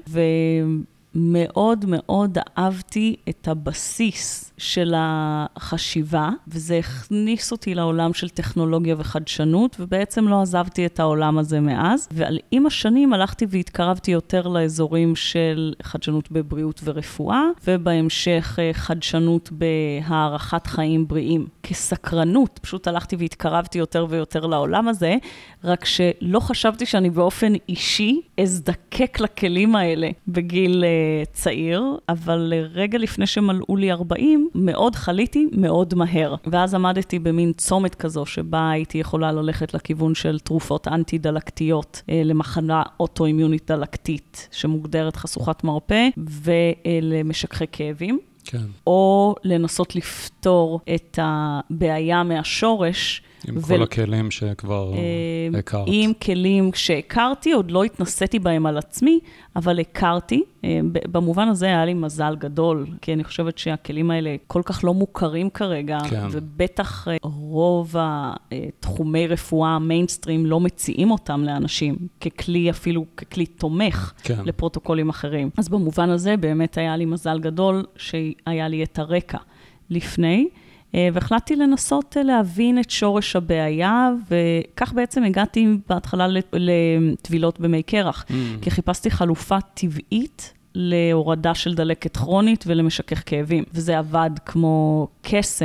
מאוד מאוד אהבתי את הבסיס של החשיבה, וזה הכניס אותי לעולם של טכנולוגיה וחדשנות, ובעצם לא עזבתי את העולם הזה מאז. ועל עם השנים הלכתי והתקרבתי יותר לאזורים של חדשנות בבריאות ורפואה, ובהמשך חדשנות בהערכת חיים בריאים. כסקרנות, פשוט הלכתי והתקרבתי יותר ויותר לעולם הזה, רק שלא חשבתי שאני באופן אישי אזדקק לכלים האלה בגיל צעיר, אבל רגע לפני שמלאו לי 40, מאוד חליתי, מאוד מהר. ואז עמדתי במין צומת כזו, שבה הייתי יכולה ללכת לכיוון של תרופות אנטי-דלקתיות, למחלה אוטואימיונית דלקתית, שמוגדרת חשוכת מרפא, ולמשככי כאבים. כן. או לנסות לפתור את הבעיה מהשורש. עם כל הכלים שכבר הכרת. עם כלים שהכרתי, עוד לא התנסיתי בהם על עצמי, אבל הכרתי. במובן הזה היה לי מזל גדול, כי אני חושבת שהכלים האלה כל כך לא מוכרים כרגע, כן. ובטח רוב התחומי רפואה, מיינסטרים, לא מציעים אותם לאנשים, ככלי אפילו, ככלי תומך, כן. לפרוטוקולים אחרים. אז במובן הזה באמת היה לי מזל גדול, שהיה לי את הרקע לפני, והחלטתי לנסות להבין את שורש הבעיה, וכך בעצם הגעתי בהתחלה לטבילות במי קרח, כי חיפשתי חלופה טבעית להורדה של דלקת כרונית ולמשכך כאבים, וזה עבד כמו קסם.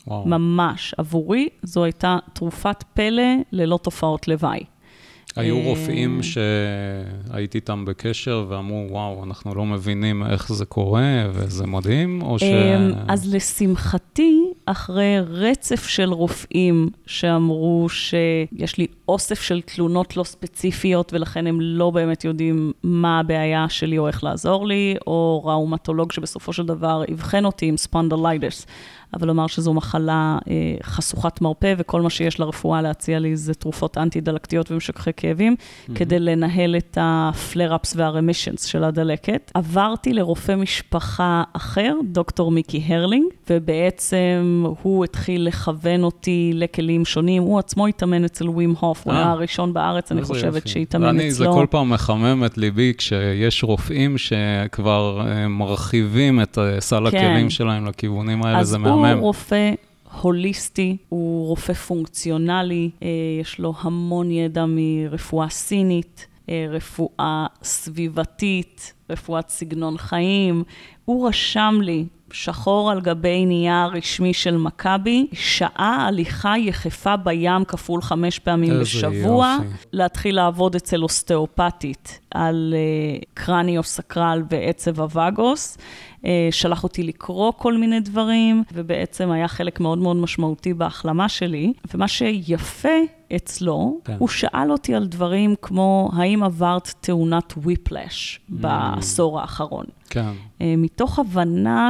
וואו. ממש. עבורי זו הייתה תרופת פלא ללא תופעות לוואי. היו רופאים שהייתי איתם בקשר ואמרו, וואו, אנחנו לא מבינים איך זה קורה וזה מדהים, או אז לשמחתי, אחרי רצף של רופאים שאמרו שיש לי אוסף של תלונות לא ספציפיות, ולכן הם לא באמת יודעים מה הבעיה שלי או איך לעזור לי, או ראומטולוג שבסופו של דבר יבחן אותי עם ספונדליטיס, אבל לומר שזו מחלה חשוכת מרפא, וכל מה שיש לרפואה להציע לי זה תרופות אנטי-דלקתיות ומשככי כאבים, כדי לנהל את הפלר-אפס והרמישנס של הדלקת. עברתי לרופא משפחה אחר, דוקטור מיקי הרלינג, ובעצם הוא התחיל לכוון אותי לכלים שונים, הוא עצמו התאמן אצל ווים הוף, הוא היה הראשון בארץ, אני חושבת שהתאמן אצלו. זה כל פעם מחמם את ליבי, כשיש רופאים שכבר מרחיבים את סל הכלים שלהם לכיוונים האלה, זה מהמם. הוא רופא הוליסטי, הוא רופא פונקציונלי, יש לו המון ידע מרפואה סינית, רפואה סביבתית, רפואת סגנון חיים. הוא רשם לי שחור על גבי נייר רשמי של מכבי, שעה הליכה יחפה בים כפול 5 פעמים בשבוע, להתחיל לעבוד אצל אוסטאופתית על קרניו-סקרל ועצב הווגוס, שלח אותי לקרוא כל מיני דברים, ובעצם היה חלק מאוד מאוד משמעותי בהחלמה שלי, ומה שיפה אצלו, הוא שאל אותי על דברים כמו, האם עברת תאונת וויפלש בעשור האחרון? כן. מתוך הבנה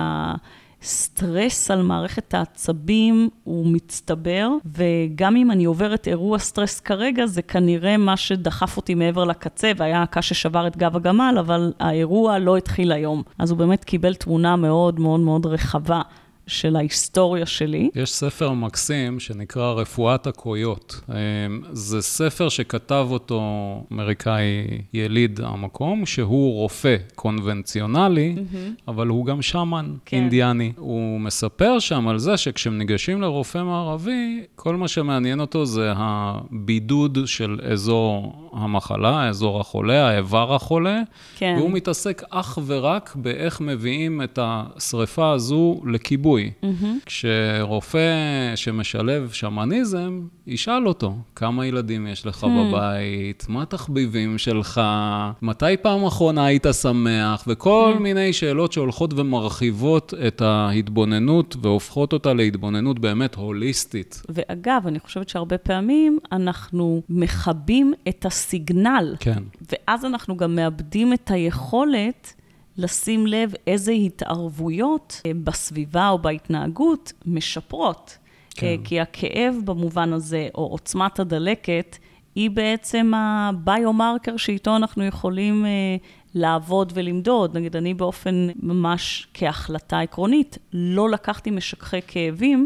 שהסטרס על מערכת העצבים הוא מצטבר, וגם אם אני עוברת אירוע סטרס כרגע, זה כנראה מה שדחף אותי מעבר לקצה, והיה הקש ששבר את גב הגמל, אבל האירוע לא התחיל היום. אז הוא באמת קיבל תמונה מאוד מאוד מאוד רחבה של ההיסטוריה שלי. יש ספר מקסים שנקרא רפואת הקויות. זה ספר שכתב אותו אמריקאי יליד המקום, שהוא רופא קונבנציונלי, אבל הוא גם שמן אינדיאני. הוא מספר שם על זה שכשהם ניגשים לרופא מערבי, כל מה שמעניין אותו זה הבידוד של אזור המחלה, האזור החולה, האיבר החולה, והוא מתעסק אך ורק באיך מביאים את השריפה הזו לכיבוי. כשרופא שמשלב שמניזם, ישאל אותו, כמה ילדים יש לך בבית, מה התחביבים שלך, מתי פעם אחרונה היית שמח, וכל מיני שאלות שהולכות ומרחיבות את ההתבוננות, והופכות אותה להתבוננות באמת הוליסטית. ואגב, אני חושבת שהרבה פעמים אנחנו מחבים את הסיגנל, ואז אנחנו גם מאבדים את היכולת לשים לב איזה התערבויות בסביבה או בהתנהגות משפרות. כי הכאב במובן הזה, או עוצמת הדלקת, היא בעצם הביומרקר שאיתו אנחנו יכולים לעבוד ולמדוד. נגיד, אני באופן ממש כהחלטה עקרונית, לא לקחתי משככי כאבים,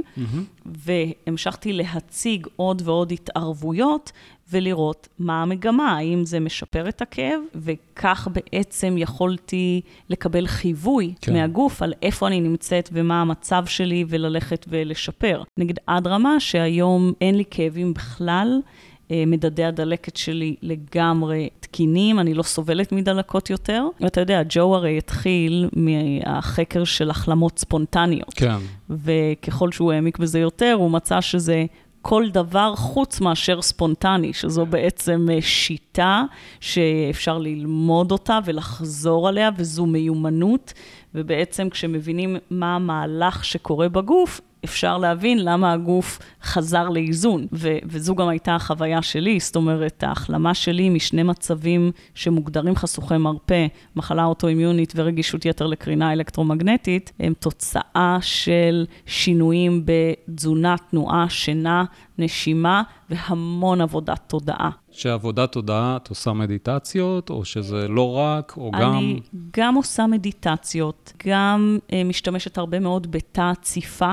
והמשכתי להציג עוד ועוד התערבויות, ולראות מה המגמה, האם זה משפר את הכאב, וכך בעצם יכולתי לקבל חיווי מהגוף על איפה אני נמצאת ומה המצב שלי, וללכת ולשפר. נגיד, עד רמה שהיום אין לי כאבים בכלל, מדדי הדלקת שלי לגמרי תקינים, אני לא סובלת מדלקות יותר. ואתה יודע, ג'ו הרי התחיל מהחקר של החלמות ספונטניות. כן. וככל שהוא העמיק בזה יותר, הוא מצא שזה כל דבר חוץ מאשר ספונטני, שזו בעצם שיטה שאפשר ללמוד אותה ולחזור עליה, וזו מיומנות, ובעצם כשמבינים מה המהלך שקורה בגוף, אפשר להבין למה הגוף חזר לאיזון, וזו גם הייתה החוויה שלי, זאת אומרת, ההחלמה שלי משני מצבים שמוגדרים חשוכי מרפא, מחלה אוטואימיונית ורגישות יתר לקרינה אלקטרומגנטית, הם תוצאה של שינויים בתזונה, תנועה, שינה, נשימה, והמון עבודת תודעה. שעבודת תודעה, את עושה מדיטציות, או שזה לא רק, או גם... אני גם עושה מדיטציות, גם משתמשת הרבה מאוד בתא ציפה,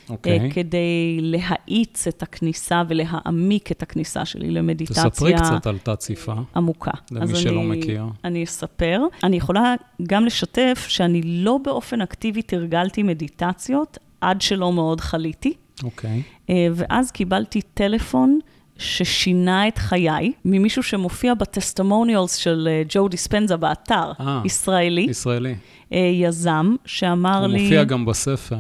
כדי להאיץ את הכניסה ולהעמיק את הכניסה שלי למדיטציה. תספרי קצת על תא ציפה. עמוקה. למי שלא מכיר. אני אספר. אני יכולה גם לשתף שאני לא באופן אקטיבי תרגלתי מדיטציות, עד שלא מאוד חליתי. ואז קיבלתי טלפון ששינה את חיי, ממישהו שמופיע בטסטימוניאלס של ג'ו דיספנזה באתר, ישראלי. ישראלי. יזם שאמר לי... הוא מופיע גם בספר.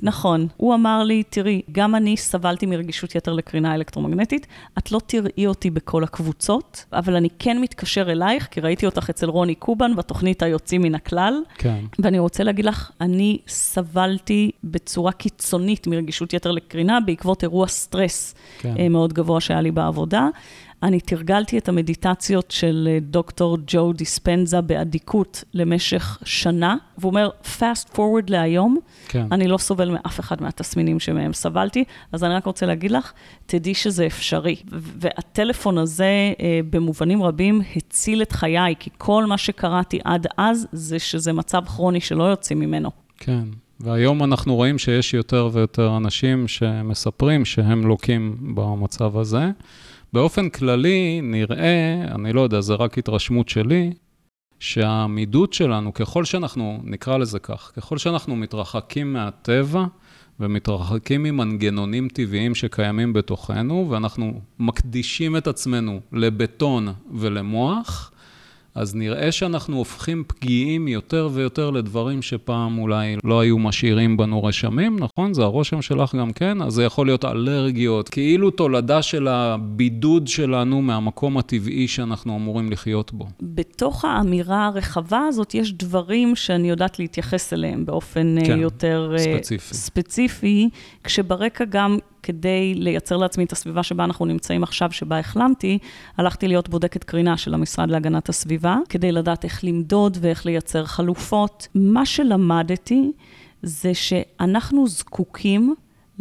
נכון. הוא אמר לי, תראי, גם אני סבלתי מרגישות יתר לקרינה אלקטרומגנטית, את לא תראי אותי בכל הקבוצות, אבל אני כן מתקשר אלייך, כי ראיתי אותך אצל רוני קובן, בתוכנית היוצאים מן הכלל. כן. ואני רוצה להגיד לך, אני סבלתי בצורה קיצונית מרגישות יתר לקרינה, בעקבות אירוע סטרס מאוד גבוה שהיה לי בעבודה. אני תרגלתי את המדיטציות של דוקטור ג'ו דיספנזה באדיקות למשך שנה, והוא אומר, fast forward להיום, כן. אני לא סובל מאף אחד מהתסמינים שמהם סבלתי, אז אני רק רוצה להגיד לך, תדעי שזה אפשרי. והטלפון הזה במובנים רבים הציל את חיי, כי כל מה שקראתי עד אז, זה שזה מצב כרוני שלא יוצאים ממנו. כן. והיום אנחנו רואים שיש יותר ויותר אנשים שמספרים שהם לוקים במצב הזה. באופן כללי נראה, אני לא יודע, זה רק התרשמות שלי, שהעמידות שלנו, ככל שאנחנו, נקרא לזה כך, ככל שאנחנו מתרחקים מהטבע, ומתרחקים ממנגנונים טבעיים שקיימים בתוכנו, ואנחנו מקדישים את עצמנו לבטון ולמוח, אז נראה שאנחנו הופכים פגיעים יותר ויותר לדברים שפעם אולי לא היו משאירים בנו רשמים, נכון? זה הרושם שלך גם כן? אז זה יכול להיות אלרגיות, כאילו תולדה של הבידוד שלנו מהמקום הטבעי שאנחנו אמורים לחיות בו. בתוך האמירה הרחבה הזאת יש דברים שאני יודעת להתייחס אליהם באופן יותר ספציפי, כשברקע גם כדי לייצר לעצמי את הסביבה שבה אנחנו נמצאים עכשיו, שבה החלמתי, הלכתי להיות בודקת קרינה של המשרד להגנת הסביבה, כדי לדעת איך למדוד ואיך לייצר חלופות. מה שלמדתי זה שאנחנו זקוקים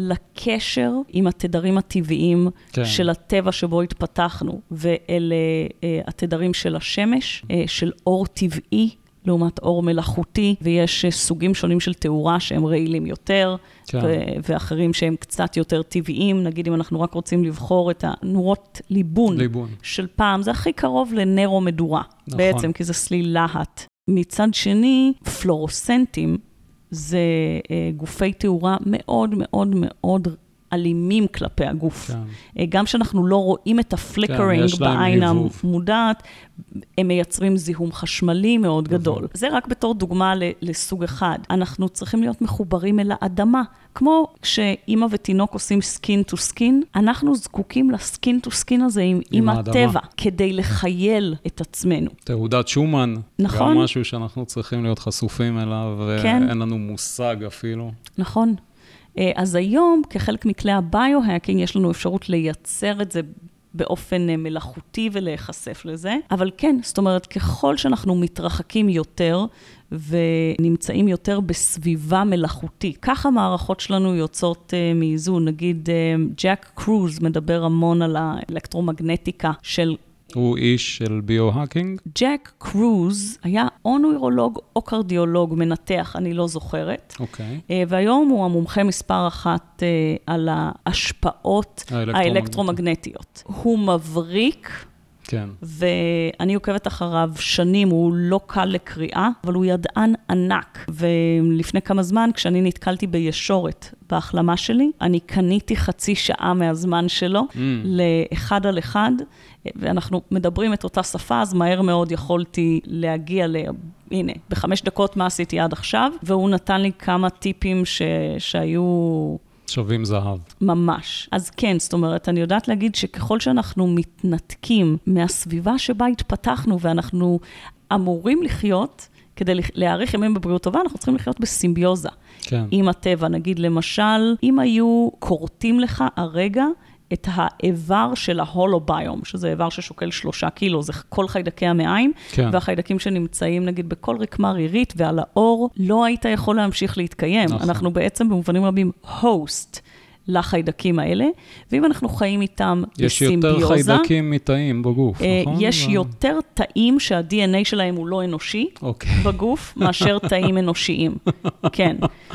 לקשר עם התדרים הטבעיים של הטבע שבו התפתחנו, ואלה התדרים של השמש, של אור טבעי, לעומת אור מלאכותי, ויש סוגים שונים של תאורה שהם רעילים יותר, ואחרים שהם קצת יותר טבעיים. נגיד אם אנחנו רק רוצים לבחור את הנורות ליבון של פעם, זה הכי קרוב לנרו מדורה, בעצם, כי זה סליל להט. מצד שני, פלורוסנטים, זה גופי תאורה מאוד מאוד מאוד אלימים כלפי הגוף. גם שאנחנו לא רואים את הפליקרינג בעין המודעת, הם מייצרים זיהום חשמלי מאוד גדול. זה רק בתור דוגמה לסוג אחד. אנחנו צריכים להיות מחוברים אל האדמה. כמו שאמא ותינוק עושים סקין טו סקין, אנחנו זקוקים לסקין טו סקין הזה עם הטבע, כדי לחייל את עצמנו. תעודת שומן, נכון. גם משהו שאנחנו צריכים להיות חשופים אליו, ואין לנו מושג אפילו. נכון. אז היום, כחלק מכלי הביו-האקינג, יש לנו אפשרות לייצר את זה באופן מלאכותי ולהיחשף לזה. אבל כן, זאת אומרת, ככל שאנחנו מתרחקים יותר ונמצאים יותר בסביבה מלאכותית, ככה המערכות שלנו יוצאות מאיזון. נגיד, ג'ק קרוז מדבר המון על האלקטרומגנטיקה של הוא איש של ביו-האקינג? ג'ק קרוז היה או נוירולוג או קרדיולוג מנתח, אני לא זוכרת. אוקיי. והיום הוא המומחה מספר אחת על ההשפעות האלקטרומגנטיות. הוא מבריק, כן. ואני עוקבת אחריו שנים, הוא לא קל לקריאה, אבל הוא ידען ענק. ולפני כמה זמן, כשאני נתקלתי בישורת בהחלמה שלי, אני קניתי חצי שעה מהזמן שלו, לאחד על אחד, ואנחנו מדברים את אותה שפה, אז מהר מאוד יכולתי להגיע הנה, ב5 דקות מה עשיתי עד עכשיו, והוא נתן לי כמה טיפים שהיו שווים זהב. ממש. אז כן, זאת אומרת, אני יודעת להגיד שככל שאנחנו מתנתקים מהסביבה שבה התפתחנו, ואנחנו אמורים לחיות, כדי להאריך ימים בבריאות טובה, אנחנו צריכים לחיות בסימביוזה. כן. עם הטבע. נגיד, למשל, אם היו קורטים לך הרגע את האיבר של ההולוביום, שזה איבר ששוקל 3 קילו, זה כל חיידקי המעיים, כן. והחיידקים שנמצאים, נגיד, בכל רקמה רירית ועל האור, לא היית יכול להמשיך להתקיים. נכון. אנחנו בעצם במובנים רבים הוסט לחיידקים האלה, ואם אנחנו חיים איתם בסימביוזה, יש יותר חיידקים מתאים בגוף, נכון? יש יותר תאים שה-DNA שלהם הוא לא אנושי בגוף, מאשר תאים אנושיים. כן.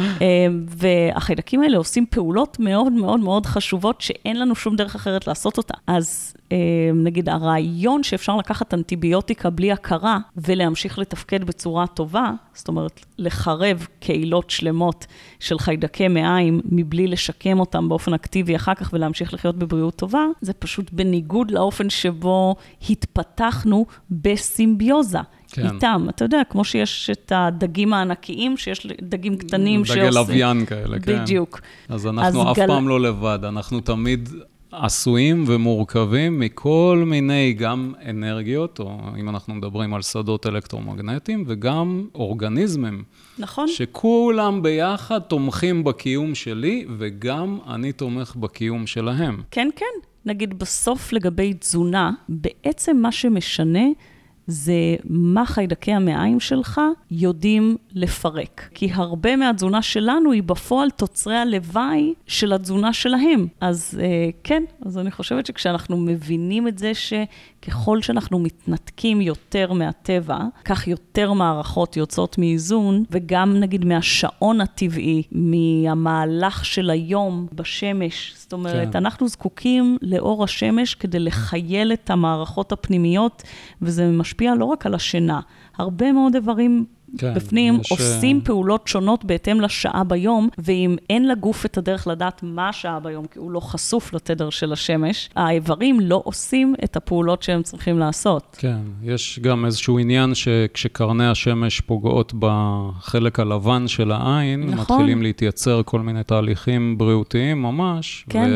והחיידקים האלה עושים פעולות מאוד מאוד מאוד חשובות, שאין לנו שום דרך אחרת לעשות אותה. אז נגיד, הרעיון שאפשר לקחת אנטיביוטיקה בלי הכרה, ולהמשיך לתפקד בצורה טובה, זאת אומרת, לחרב קהילות שלמות של חיידקי מעיים, מבלי לשקם אותם, אותם באופן אקטיבי אחר כך ולהמשיך לחיות בבריאות טובה, זה פשוט בניגוד לאופן שבו התפתחנו בסימביוזה. כן. איתם, אתה יודע, כמו שיש את הדגים הענקיים, שיש דגים קטנים שעושים. דגי לוויין כאלה, כן. בדיוק. אז אנחנו אף פעם לא לבד, אנחנו תמיד עשויים ומורכבים מכל מיני גם אנרגיות, או אם אנחנו מדברים על שדות אלקטרומגנטיים, וגם אורגניזמים. נכון. שכולם ביחד תומכים בקיום שלי, וגם אני תומך בקיום שלהם. כן, כן. נגיד בסוף לגבי תזונה, בעצם מה שמשנה זה מה חיידקי המעיים שלך יודעים לפרק. כי הרבה מהתזונה שלנו היא בפועל תוצרי הלוואי של התזונה שלהם. אז כן, אז אני חושבת שכשאנחנו מבינים את זה שככל שאנחנו מתנתקים יותר מהטבע, כך יותר מערכות יוצאות מאיזון, וגם נגיד מהשעון הטבעי, מהמהלך של היום בשמש. זאת אומרת, כן. אנחנו זקוקים לאור השמש כדי לחייל את המערכות הפנימיות, וזה משפיע לא רק על השינה, הרבה מאוד איברים כן, בפנים עושים פעולות שונות בהתאם לשעה ביום, ואם אין לגוף את הדרך לדעת מה השעה ביום, כי הוא לא חשוף לתדר של השמש, האיברים לא עושים את הפעולות שהם צריכים לעשות. כן, יש גם איזשהו עניין שכשקרני השמש פוגעות בחלק הלבן של העין, נכון. מתחילים להתייצר כל מיני תהליכים בריאותיים ממש, כן.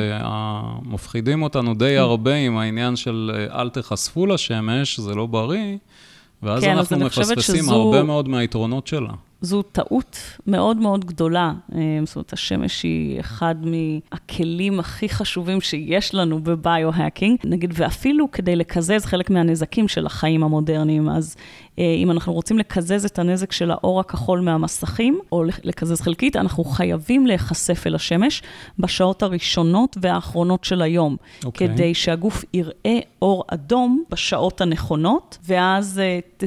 ומפחידים אותנו די הרבה עם העניין של אל תחשפו לשמש, זה לא בריא, ואז כן, אנחנו מפספסים הרבה מאוד מהיתרונות שלה. זו טעות מאוד מאוד גדולה. זאת אומרת, השמש היא אחד מהכלים הכי חשובים שיש לנו בביו-האקינג. נגיד, ואפילו כדי לקזז חלק מהנזקים של החיים המודרניים, אז אם אנחנו רוצים לקזז את הנזק של האור הכחול מהמסכים, או לקזז חלקית, אנחנו חייבים להיחשף אל השמש בשעות הראשונות והאחרונות של היום, כדי שהגוף יראה אור אדום בשעות הנכונות, ואז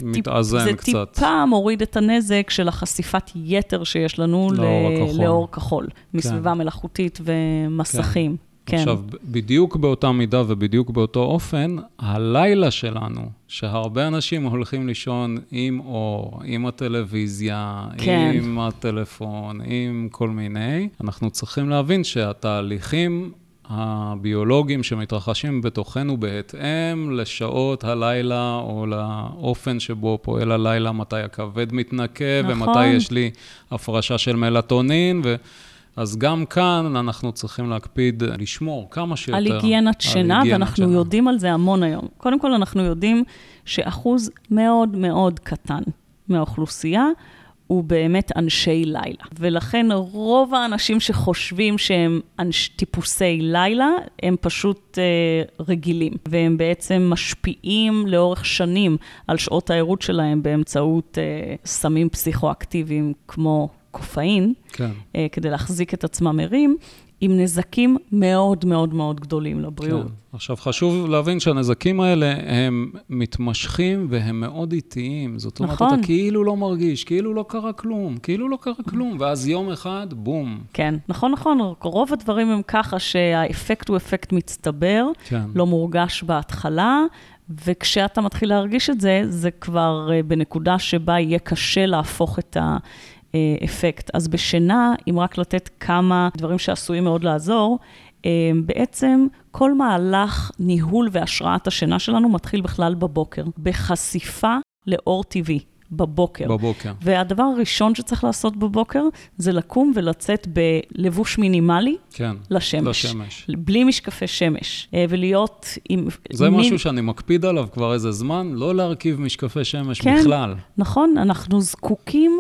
זה טיפה מוריד את הנזק של החשיפת יתר שיש לנו לאור כחול, מסביבה מלאכותית ומסכים. כן. עכשיו, בדיוק באותה מידה ובדיוק באותו אופן, הלילה שלנו, שהרבה אנשים הולכים לישון עם אור, עם הטלוויזיה, כן. עם הטלפון, עם כל מיני, אנחנו צריכים להבין שהתהליכים הביולוגיים שמתרחשים בתוכנו בהתאם לשעות הלילה או לאופן שבו פועל הלילה, מתי הכבד מתנקה נכון. ומתי יש לי הפרשה של מלטונין אז גם כאן אנחנו צריכים להקפיד לשמור כמה שיותר. על היגיינת שינה, ואנחנו יודעים על זה המון היום. קודם כל אנחנו יודעים שאחוז מאוד מאוד קטן מהאוכלוסייה, הוא באמת אנשי לילה. ולכן רוב האנשים שחושבים שהם טיפוסי לילה, הם פשוט רגילים. והם בעצם משפיעים לאורך שנים על שעות העירות שלהם באמצעות סמים פסיכואקטיביים כמו קופאין, כן. כדי להחזיק את עצמם ערים, עם נזקים מאוד מאוד מאוד גדולים לבריאות. כן. עכשיו חשוב להבין שהנזקים האלה הם מתמשכים והם מאוד איטיים. זאת אומרת, נכון. אתה כאילו לא מרגיש, כאילו לא קרה כלום, ואז יום אחד, בום. כן, נכון. רוב הדברים הם ככה שהאפקט הוא אפקט מצטבר, כן. לא מורגש בהתחלה, וכשאתה מתחיל להרגיש את זה, זה כבר בנקודה שבה יהיה קשה להפוך את אפקט. אז בשינה, אם רק לתת כמה דברים שעשויים מאוד לעזור, בעצם כל מהלך ניהול והשראת השינה שלנו מתחיל בכלל בבוקר, בחשיפה לאור טבעי. בבוקר. והדבר הראשון שצריך לעשות בבוקר, זה לקום ולצאת בלבוש מינימלי כן, לשמש. בלי משקפי שמש. ולהיות עם... זה משהו שאני מקפיד עליו כבר איזה זמן, לא להרכיב משקפי שמש כן, בכלל. נכון, אנחנו זקוקים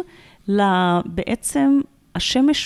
בעצם השמש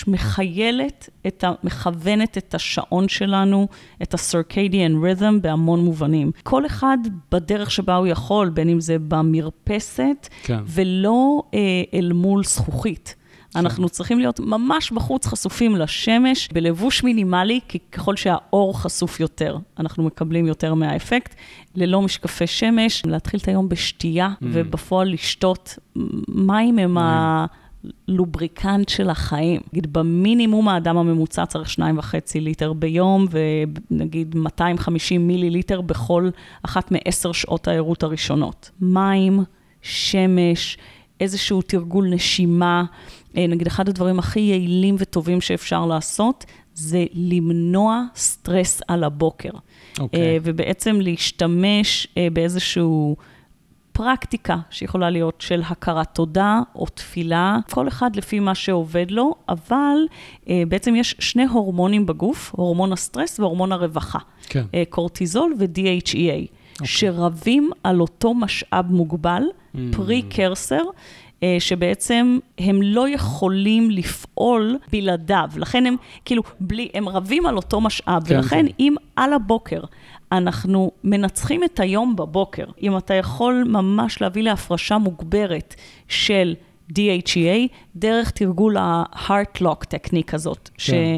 מכוונת את השעון שלנו, את ה-circadian rhythm בהמון מובנים. כל אחד בדרך שבה הוא יכול, בין אם זה במרפסת, כן. ולא אל מול זכוכית. כן. אנחנו צריכים להיות ממש בחוץ חשופים לשמש, בלבוש מינימלי, כי ככל שהאור חשוף יותר, אנחנו מקבלים יותר מהאפקט, ללא משקפי שמש, להתחיל את היום בשתייה, ובפועל לשתות מים עם לובריקנט של החיים. נגיד, במינימום האדם הממוצע צריך 2.5 ליטר ביום, ונגיד 250 מיליליטר בכל אחת מ10 שעות העירות הראשונות. מים, שמש, איזשהו תרגול נשימה, נגיד אחד הדברים הכי יעילים וטובים שאפשר לעשות, זה למנוע סטרס על הבוקר. ובעצם להשתמש באיזשהו פרקטיקה שיכולה להיות של הכרת תודה או תפילה, כל אחד לפי מה שעובד לו, אבל בעצם יש שני הורמונים בגוף, הורמון הסטרס והורמון הרווחה. כן. קורטיזול ו-DHEA, שרבים על אותו משאב מוגבל, פרי-קרסר, שבעצם הם לא יכולים לפעול בלעדיו. לכן הם כאילו הם רבים על אותו משאב, כן, ולכן כן. אם על הבוקר אנחנו מנצחים את היום בבוקר, אם אתה יכול ממש להביא להפרשה מוגברת של DHEA, דרך תרגול ה-heart lock טכניק הזאת,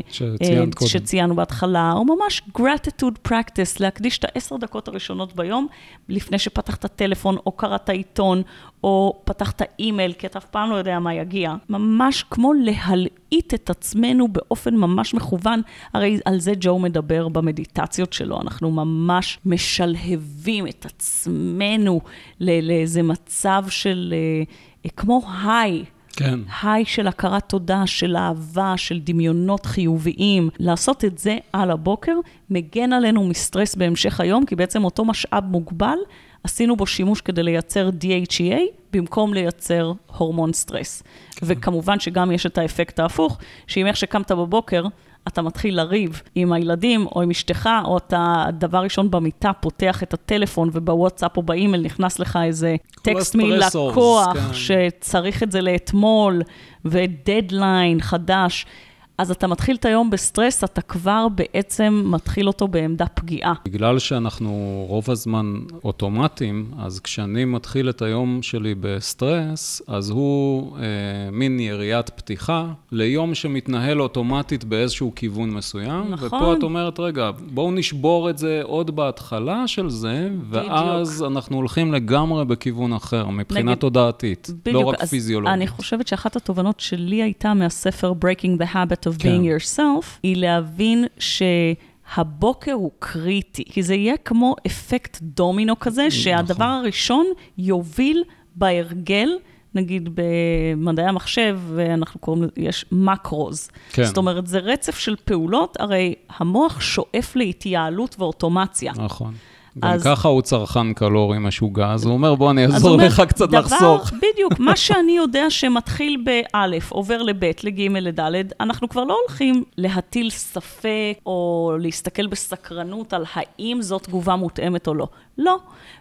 שציינו בהתחלה, או ממש gratitude practice, להקדיש את 10 דקות הראשונות ביום, לפני שפתחת טלפון, או קראת עיתון, או פתחת אימייל, כי אתה אף פעם לא יודע מה יגיע. ממש כמו להלעיט את עצמנו באופן ממש מכוון, הרי על זה ג'ו מדבר במדיטציות שלו, אנחנו ממש משלהבים את עצמנו לאיזה מצב של כמו היי, כן. היי של הכרת תודה, של אהבה, של דמיונות חיוביים. לעשות את זה על הבוקר, מגן עלינו מסטרס בהמשך היום, כי בעצם אותו משאב מוגבל, עשינו בו שימוש כדי לייצר DHEA, במקום לייצר הורמון סטרס. כן. וכמובן שגם יש את האפקט ההפוך, שאם איך שקמת בבוקר, אתה מתחיל לריב עם הילדים או עם אשתך, או אתה דבר ראשון במיטה פותח את הטלפון, ובוואטסאפ או באימייל נכנס לך איזה טקסט מלקוח, כן. שצריך את זה לאתמול, ודדליין חדש. אז אתה מתחיל את היום בסטרס, אתה כבר בעצם מתחיל אותו בעמדה פגיעה. בגלל שאנחנו רוב הזמן אוטומטיים, אז כשאני מתחיל את היום שלי בסטרס, אז הוא מין יריית פתיחה ליום שמתנהל אוטומטית באיזשהו כיוון מסוים. נכון. ופה את אומרת, רגע, בואו נשבור את זה עוד בהתחלה של זה, ואז אנחנו הולכים לגמרי בכיוון אחר, מבחינה תודעתית, לא רק פיזיולוגית. אני חושבת שאחת התובנות שלי הייתה מהספר Breaking the Habit of being yourself, היא להבין שהבוקר הוא קריטי, כי זה יהיה כמו אפקט דומינו כזה, שהדבר הראשון יוביל בהרגל, נגיד במדעי המחשב, ואנחנו קוראים לזה, יש מקרוז. כן. זאת אומרת, זה רצף של פעולות, הרי המוח שואף להתייעלות ואוטומציה. נכון. גם ככה הוא צרכן קלורי משוגע, אז הוא אומר, בוא אני אעזור לך קצת לחסוך. בדיוק, מה שאני יודע שמתחיל באלף, עובר לבית, לגימל, לדלת, אנחנו כבר לא הולכים להטיל ספק, או להסתכל בסקרנות על האם זאת תגובה מותאמת או לא. לא.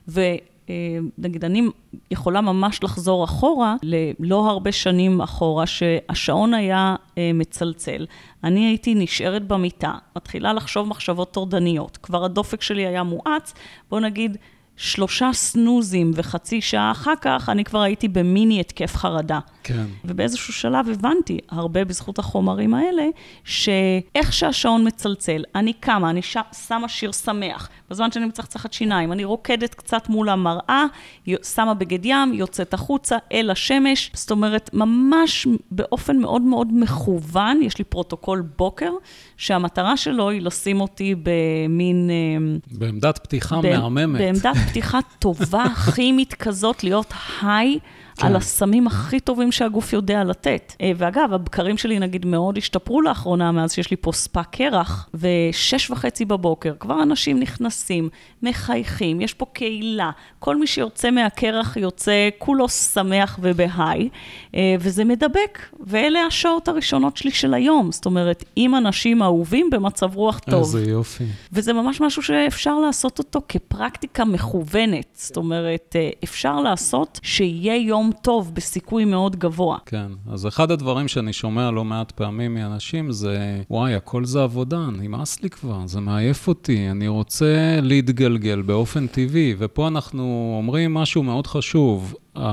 נגיד, אני יכולה ממש לחזור אחורה, לא הרבה שנים אחורה, שהשעון היה מצלצל. אני הייתי נשארת במיטה, מתחילה לחשוב מחשבות טורדניות. כבר הדופק שלי היה מואץ, בוא נגיד 3 סנוזים וחצי שעה אחר כך, אני כבר הייתי במיני התקף חרדה. כן. ובאיזשהו שלב הבנתי, הרבה בזכות החומרים האלה, שאיך שהשעון מצלצל, אני קמה, אני שמה שיר שמח, בזמן שאני מצחצחת שיניים, אני רוקדת קצת מול המראה, שמה בגד ים, יוצאת החוצה אל השמש, זאת אומרת, ממש באופן מאוד מאוד מכוון, יש לי פרוטוקול בוקר, שהמטרה שלו היא לשים אותי במין... בעמדת פתיחה מהממת. בעמדת פתיחה טובה, כימית כזאת, להיות היי, על הסמים הכי טובים שהגוף יודע לתת. ואגב, הבקרים שלי נגיד מאוד השתפרו לאחרונה, מאז שיש לי פה ספה קרח, ו6:30 בבוקר, כבר אנשים נכנסים, מחייכים, יש פה קהילה, כל מי שיוצא מהקרח יוצא כולו שמח ובהי, וזה מדבק, ואלה השעות הראשונות שלי של היום, זאת אומרת, עם אנשים אהובים במצב רוח טוב. איזה יופי. וזה ממש משהו שאפשר לעשות אותו כפרקטיקה מכוונת, זאת אומרת, אפשר לעשות שיהיה יום טוב בסיכוי מאוד גבוה. כן, אז אחד הדברים שאני שומע לא מעט פעמים מאנשים זה, וואי, הכל זה עבודה, נמאס לי כבר, זה מעייף אותי, אני רוצה להתגלגל באופן טבעי, ופה אנחנו אומרים משהו מאוד חשוב,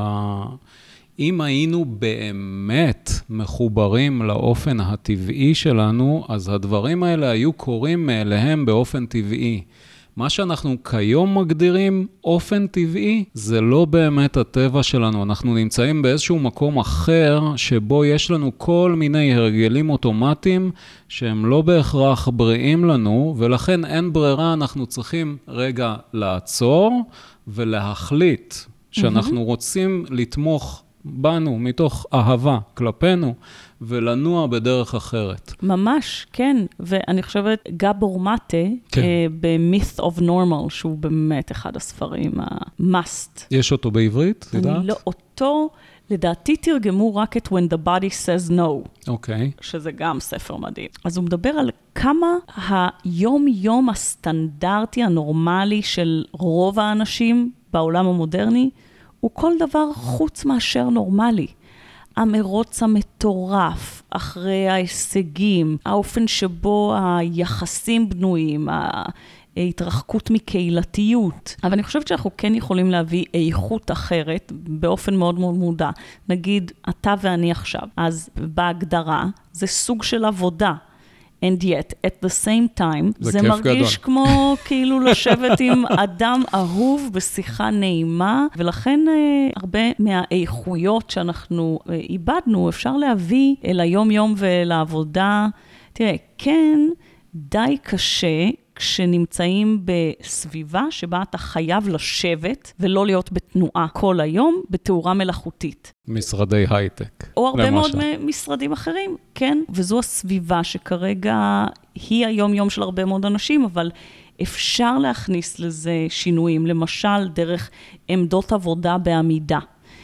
אם היינו באמת מחוברים לאופן הטבעי שלנו, אז הדברים האלה היו קורים מאליהם באופן טבעי. מה שאנחנו כיום מגדירים אופן טבעי, זה לא באמת הטבע שלנו. אנחנו נמצאים באיזשהו מקום אחר, שבו יש לנו כל מיני הרגלים אוטומטיים, שהם לא בהכרח בריאים לנו, ולכן אין ברירה, אנחנו צריכים רגע לעצור, ולהחליט שאנחנו רוצים לתמוך בנו מתוך אהבה כלפינו, ולנוע בדרך אחרת. ממש, כן. ואני חושבת, גבור מטה, כן. ב-Myth of Normal, שהוא באמת אחד הספרים ה-must. יש אותו בעברית, יודעת? לא, אותו, לדעתי תרגמו רק את When the Body Says No. אוקיי. שזה גם ספר מדהים. אז הוא מדבר על כמה היום-יום הסטנדרטי הנורמלי של רוב האנשים בעולם המודרני, הוא כל דבר חוץ מאשר נורמלי. המרוץ המטורף, אחרי ההישגים, האופן שבו היחסים בנויים, ההתרחקות מקהילתיות. אבל אני חושבת שאנחנו כן יכולים להביא איכות אחרת באופן מאוד מאוד מודע. נגיד, אתה ואני עכשיו. אז בהגדרה, זה סוג של עבודה. And yet, at the same time, זה מרגיש כמו כאילו לשבת עם אדם אהוב בשיחה נעימה, ולכן הרבה מהאיכויות שאנחנו איבדנו, אפשר להביא אל היום-יום ולעבודה. תראה, כן, די קשה כשנמצאים בסביבה שבה אתה חייב לשבת ולא להיות בתנועה כל היום בתאורה מלאכותית. משרדי הייטק. או הרבה למשל. מאוד משרדים אחרים, כן? וזו הסביבה שכרגע היא היום-יום של הרבה מאוד אנשים, אבל אפשר להכניס לזה שינויים, למשל דרך עמדות עבודה בעמידה.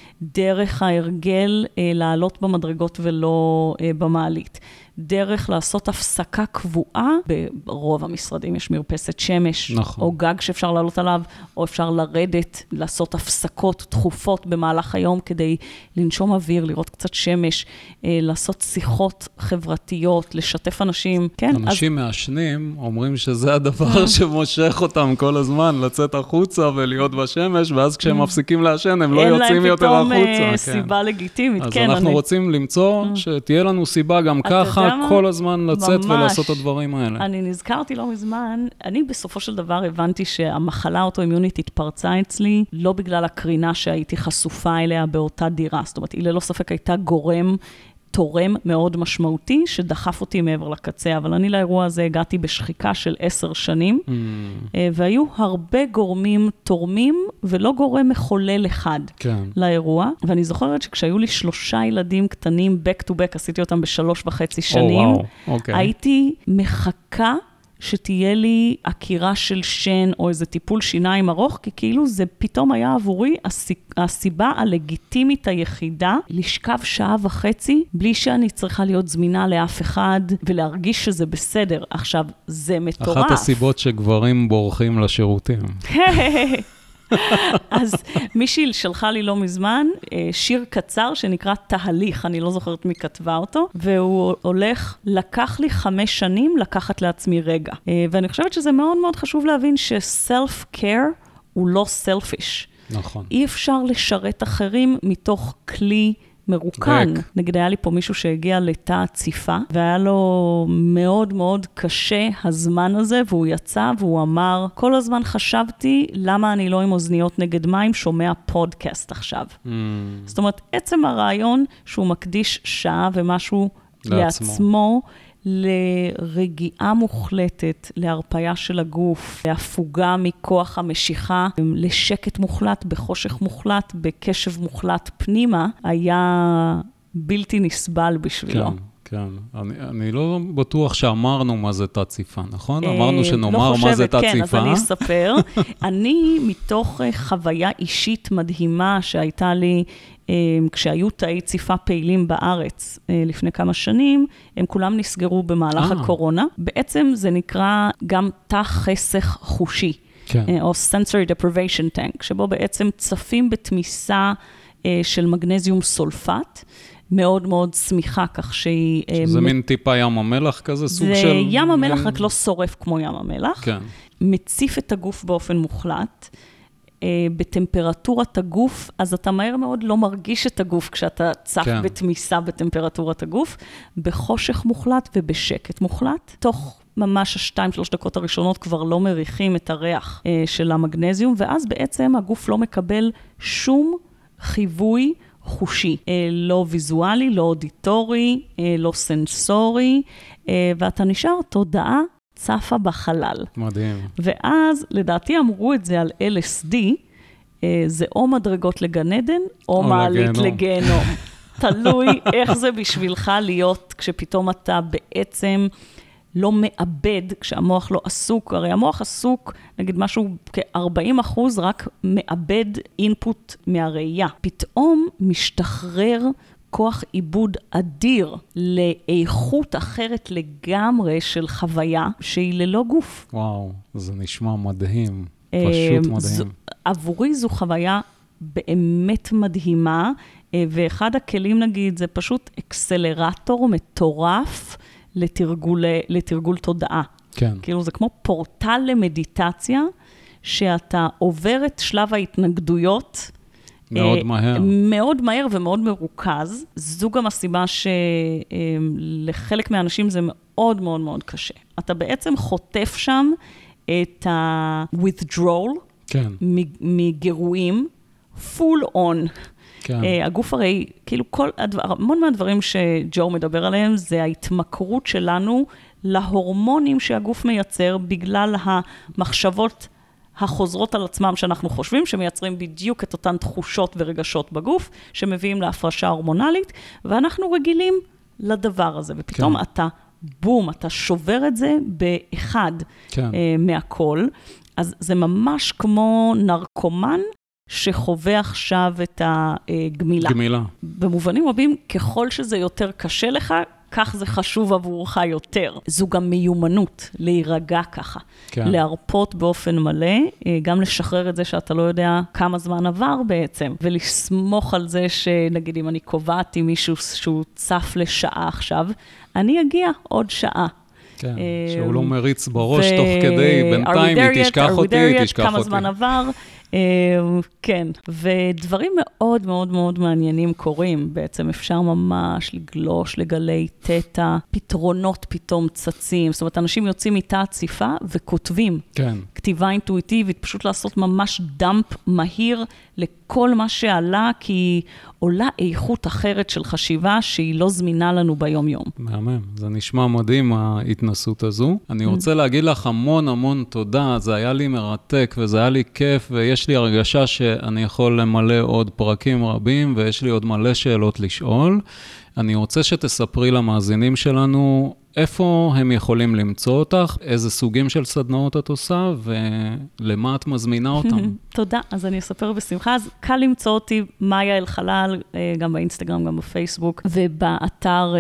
דרך ההרגל לעלות במדרגות ולא במעלית. דרך לעשות הפסקה קבועה, ברוב המשרדים יש מרפסת שמש, נכון. או גג שאפשר לעלות עליו, או אפשר לרדת, לעשות הפסקות תכופות במהלך היום, כדי לנשום אוויר, לראות קצת שמש, לעשות שיחות חברתיות, לשתף אנשים. כן, אנשים מעשנים אומרים שזה הדבר שמושך אותם כל הזמן, לצאת החוצה ולהיות בשמש, ואז כשהם מפסיקים לעשן, הם לא יוצאים יותר החוצה. אין להם פתאום סיבה לגיטימית. אז אנחנו רוצים למצוא שתהיה לנו סיבה גם ככה, כל הזמן לצאת ולעשות את הדברים האלה. אני נזכרתי לא מזמן, אני בסופו של דבר הבנתי שהמחלה האוטואימיונית התפרצה אצלי, לא בגלל הקרינה שהייתי חשופה אליה באותה דירה. זאת אומרת, היא ללא ספק הייתה גורם תורם מאוד משמעותי, שדחף אותי מעבר לקצה, אבל אני לאירוע הזה הגעתי בשחיקה של 10 שנים, והיו הרבה גורמים תורמים, ולא גורם מחולל אחד לאירוע, ואני זוכרת שכשהיו לי 3 ילדים קטנים, back to back, עשיתי אותם ב3.5 שנים, הייתי מחכה, שתהיה לי עקירה של שן או איזה טיפול שיניים ארוך, כי כאילו זה פתאום היה עבורי הסיבה הלגיטימית היחידה לשכב 1.5 שעות, בלי שאני צריכה להיות זמינה לאף אחד, ולהרגיש שזה בסדר. עכשיו, זה מטורף. אחת הסיבות שגברים בורחים לשירותים. אז מישהי שלחה לי לא מזמן שיר קצר שנקרא תהליך, אני לא זוכרת מי כתבה אותו, והוא הולך, לקח לי 5 שנים לקחת לעצמי רגע. ואני חושבת שזה מאוד מאוד חשוב להבין ש-self-care הוא לא selfish. נכון. אי אפשר לשרת אחרים מתוך כלי מרוקן. נגד היה לי פה מישהו שהגיע לתא הציפה, והיה לו מאוד מאוד קשה הזמן הזה, והוא יצא והוא אמר, כל הזמן חשבתי למה אני לא עם אוזניות נגד מים, שומע פודקאסט עכשיו. זאת אומרת, עצם הרעיון שהוא מקדיש שעה ומשהו לעצמו, לרגיעה מוחלטת, להרפיה של הגוף, להפוגה מכוח המשיכה, לשקט מוחלט, בחושך מוחלט, בקשב מוחלט פנימה, היה בלתי נסבל בשבילו. כן, כן. אני לא בטוח שאמרנו מה זה תת-ציפה, נכון? אמרנו שנאמר מה זה תת-ציפה. כן, אז אני אספר. אני מתוך חוויה אישית מדהימה שהייתה לי, כשהיו תאי ציפה פעילים בארץ לפני כמה שנים, הם כולם נסגרו במהלך הקורונה. בעצם זה נקרא גם תא חסך חושי, או sensory deprivation tank, שבו בעצם צפים בתמיסה של מגנזיום סולפט, מאוד מאוד סמיכה, כך שהיא... זה מין טיפה ים המלח כזה, סוג של... זה ים המלח, רק לא שורף כמו ים המלח. כן. מציף את הגוף באופן מוחלט, בטמפרטורת הגוף, אז אתה מהר מאוד לא מרגיש את הגוף כשאתה צף בתמיסה בטמפרטורת הגוף, בחושך מוחלט ובשקט מוחלט. תוך ממש 2-3 דקות הראשונות כבר לא מריחים את הריח של המגנזיום, ואז בעצם הגוף לא מקבל שום חיווי חושי, לא ויזואלי, לא אודיטורי, לא סנסורי, ואתה נשאר תודעה צפה בחלל. מדהים. ואז, לדעתי אמרו את זה על LSD, זה או מדרגות לגן עדן, או מעלית לגיהנום. תלוי איך זה בשבילך להיות, כשפתאום אתה בעצם לא מאבד, כשהמוח לא עסוק, הרי המוח עסוק, נגיד משהו כ-40% רק מאבד אינפוט מהראייה. פתאום משתחרר כוח עיבוד אדיר לאיכות אחרת לגמרי של חוויה שהיא ללא גוף. וואו, זה נשמע מדהים, פשוט מדהים. עבורי זו חוויה באמת מדהימה, ואחד הכלים נגיד זה פשוט אקסלרטור מטורף לתרגול תודעה. כן. כאילו זה כמו פורטל למדיטציה, שאתה עובר את שלב ההתנגדויות, מאוד מהר. מאוד מהר ומאוד מרוכז. זו גם הסיבה שלחלק מהאנשים זה מאוד מאוד מאוד קשה. אתה בעצם חוטף שם את ה-withdrawal, כן. מגירויים, full on. כן. הגוף הרי, כאילו המון מהדברים שג'ו מדבר עליהם, זה ההתמכרות שלנו להורמונים שהגוף מייצר, בגלל המחשבות החוזרות על עצמם שאנחנו חושבים, שמייצרים בדיוק את אותן תחושות ורגשות בגוף, שמביאים להפרשה הורמונלית, ואנחנו רגילים לדבר הזה, ופתאום אתה, בום, אתה שובר את זה באחד מהכל, אז זה ממש כמו נרקומן, שחווה עכשיו את הגמילה. גמילה. במובנים רבים, ככל שזה יותר קשה לך, כך זה חשוב עבורך יותר. זו גם מיומנות, להירגע ככה. כן. להרפות באופן מלא, גם לשחרר את זה שאתה לא יודע כמה זמן עבר בעצם, ולסמוך על זה שנגיד אם אני קובעת עם מישהו שהוא צף לשעה עכשיו, אני אגיע עוד שעה. כן, שהוא לא מריץ בראש תוך כדי, בינתיים היא תשכח אותי, היא תשכח אותי. כמה זמן עבר, כן, ודברים מאוד מאוד מאוד מעניינים קורים, בעצם אפשר ממש לגלוש, לגלי תטא, פתרונות פתאום צצים, זאת אומרת, אנשים יוצאים איתה עציפה וכותבים. כן. כתיבה אינטואיטיבית, פשוט לעשות ממש דאמפ מהיר לכל מה שעלה, כי עולה איכות אחרת של חשיבה שהיא לא זמינה לנו ביום יום. מהמם, זה נשמע מדהים ההתנסות הזו. אני רוצה להגיד לך המון המון תודה, זה היה לי מרתק וזה היה לי כיף, ויש לי הרגשה שאני יכול למלא עוד פרקים רבים, ויש לי עוד מלא שאלות לשאול. אני רוצה שתספרי למאזינים שלנו איפה הם יכולים למצוא אותך, איזה סוגים של סדנאות את עושה, ולמה את מזמינה אותם. תודה, אז אני אספר בשמחה. אז קל למצוא אותי מאיה אלחלל, גם באינסטגרם, גם בפייסבוק, ובאתר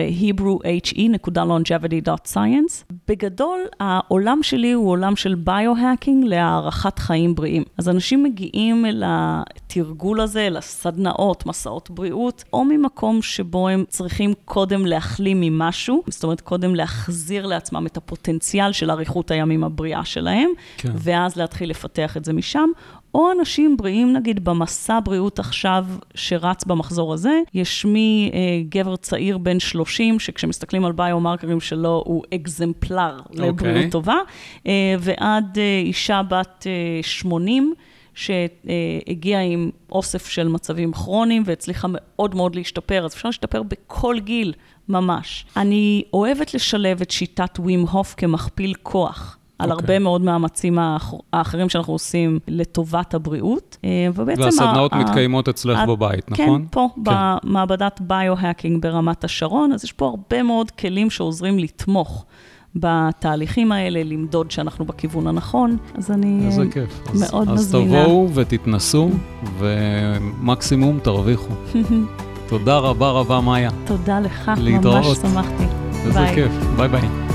hebrew.he.longevity.science. בגדול, העולם שלי הוא עולם של ביו-האקינג להערכת חיים בריאים. אז אנשים מגיעים אל התרגול הזה, לסדנאות, מסעות בריאות, או ממקום שבו הם צריכים קודם להחלים ממשהו, זאת אומרת, קודם להחזיר לעצמם את הפוטנציאל של אריכות הימים הבריאה שלהם, כן. ואז להתחיל לפתח את זה משם, או אנשים בריאים, נגיד, במסע בריאות עכשיו שרץ במחזור הזה, יש גבר צעיר בן 30, שכשמסתכלים על ביומרקרים שלו, הוא אקזמפלר לבריאות טובה, ועד אישה בת 80, שהגיעה עם אוסף של מצבים כרוניים, והצליחה מאוד מאוד להשתפר, אז אפשר להשתפר בכל גיל ממש. אני אוהבת לשלב את שיטת ווים הוף כמכפיל כוח, על הרבה מאוד מאמצים האחרים שאנחנו עושים לטובת הבריאות. והסדנאות מתקיימות אצלך בבית, נכון? כן, פה, במעבדת ביו-האקינג ברמת השרון, אז יש פה הרבה מאוד כלים שעוזרים לתמוך בתהליכים האלה, למדוד שאנחנו בכיוון הנכון, אז אני מאוד מזמינה. אז תבואו ותתנסו, ומקסימום תרוויחו. תודה רבה רבה, מאיה. תודה לך, ממש שמחתי. איזה כיף, ביי ביי.